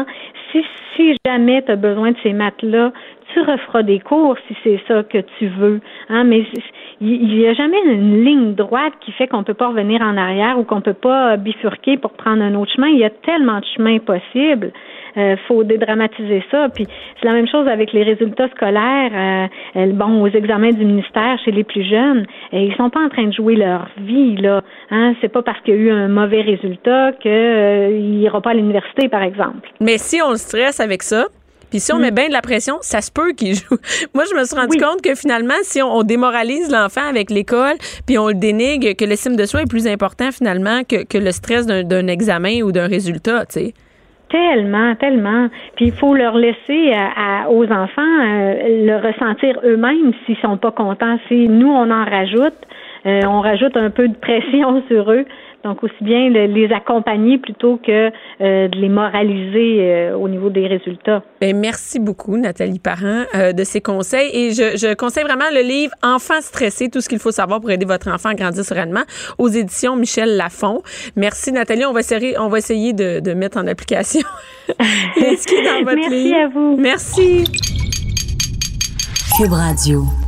si jamais tu as besoin de ces maths-là, tu referas des cours si c'est ça que tu veux. Hein, mais il n'y a jamais une ligne droite qui fait qu'on peut pas revenir en arrière ou qu'on peut pas bifurquer pour prendre un autre chemin. Il y a tellement de chemins possibles. Faut dédramatiser ça. Puis c'est la même chose avec les résultats scolaires. Aux examens du ministère chez les plus jeunes, ils sont pas en train de jouer leur vie là. Hein, c'est pas parce qu'il y a eu un mauvais résultat qu'il ira pas à l'université, par exemple. Mais si on le stresse avec ça. Puis si on met bien de la pression, ça se peut qu'il joue. Moi, je me suis rendu compte que finalement, si on démoralise l'enfant avec l'école, puis on le dénigre, que l'estime de soi est plus important finalement que le stress d'un examen ou d'un résultat, tu sais. Tellement. Puis il faut leur laisser aux enfants le ressentir eux-mêmes s'ils sont pas contents. Si nous, on en rajoute, on rajoute un peu de pression sur eux. Donc, aussi bien les accompagner plutôt que de les moraliser au niveau des résultats. Bien, merci beaucoup, Nathalie Parent, de ces conseils. Et je conseille vraiment le livre « Enfants stressés, tout ce qu'il faut savoir pour aider votre enfant à grandir sereinement » aux éditions Michel Lafon. Merci, Nathalie. On va essayer de mettre en application ce qui est dans votre livre. Merci à vous. Merci. Cube Radio.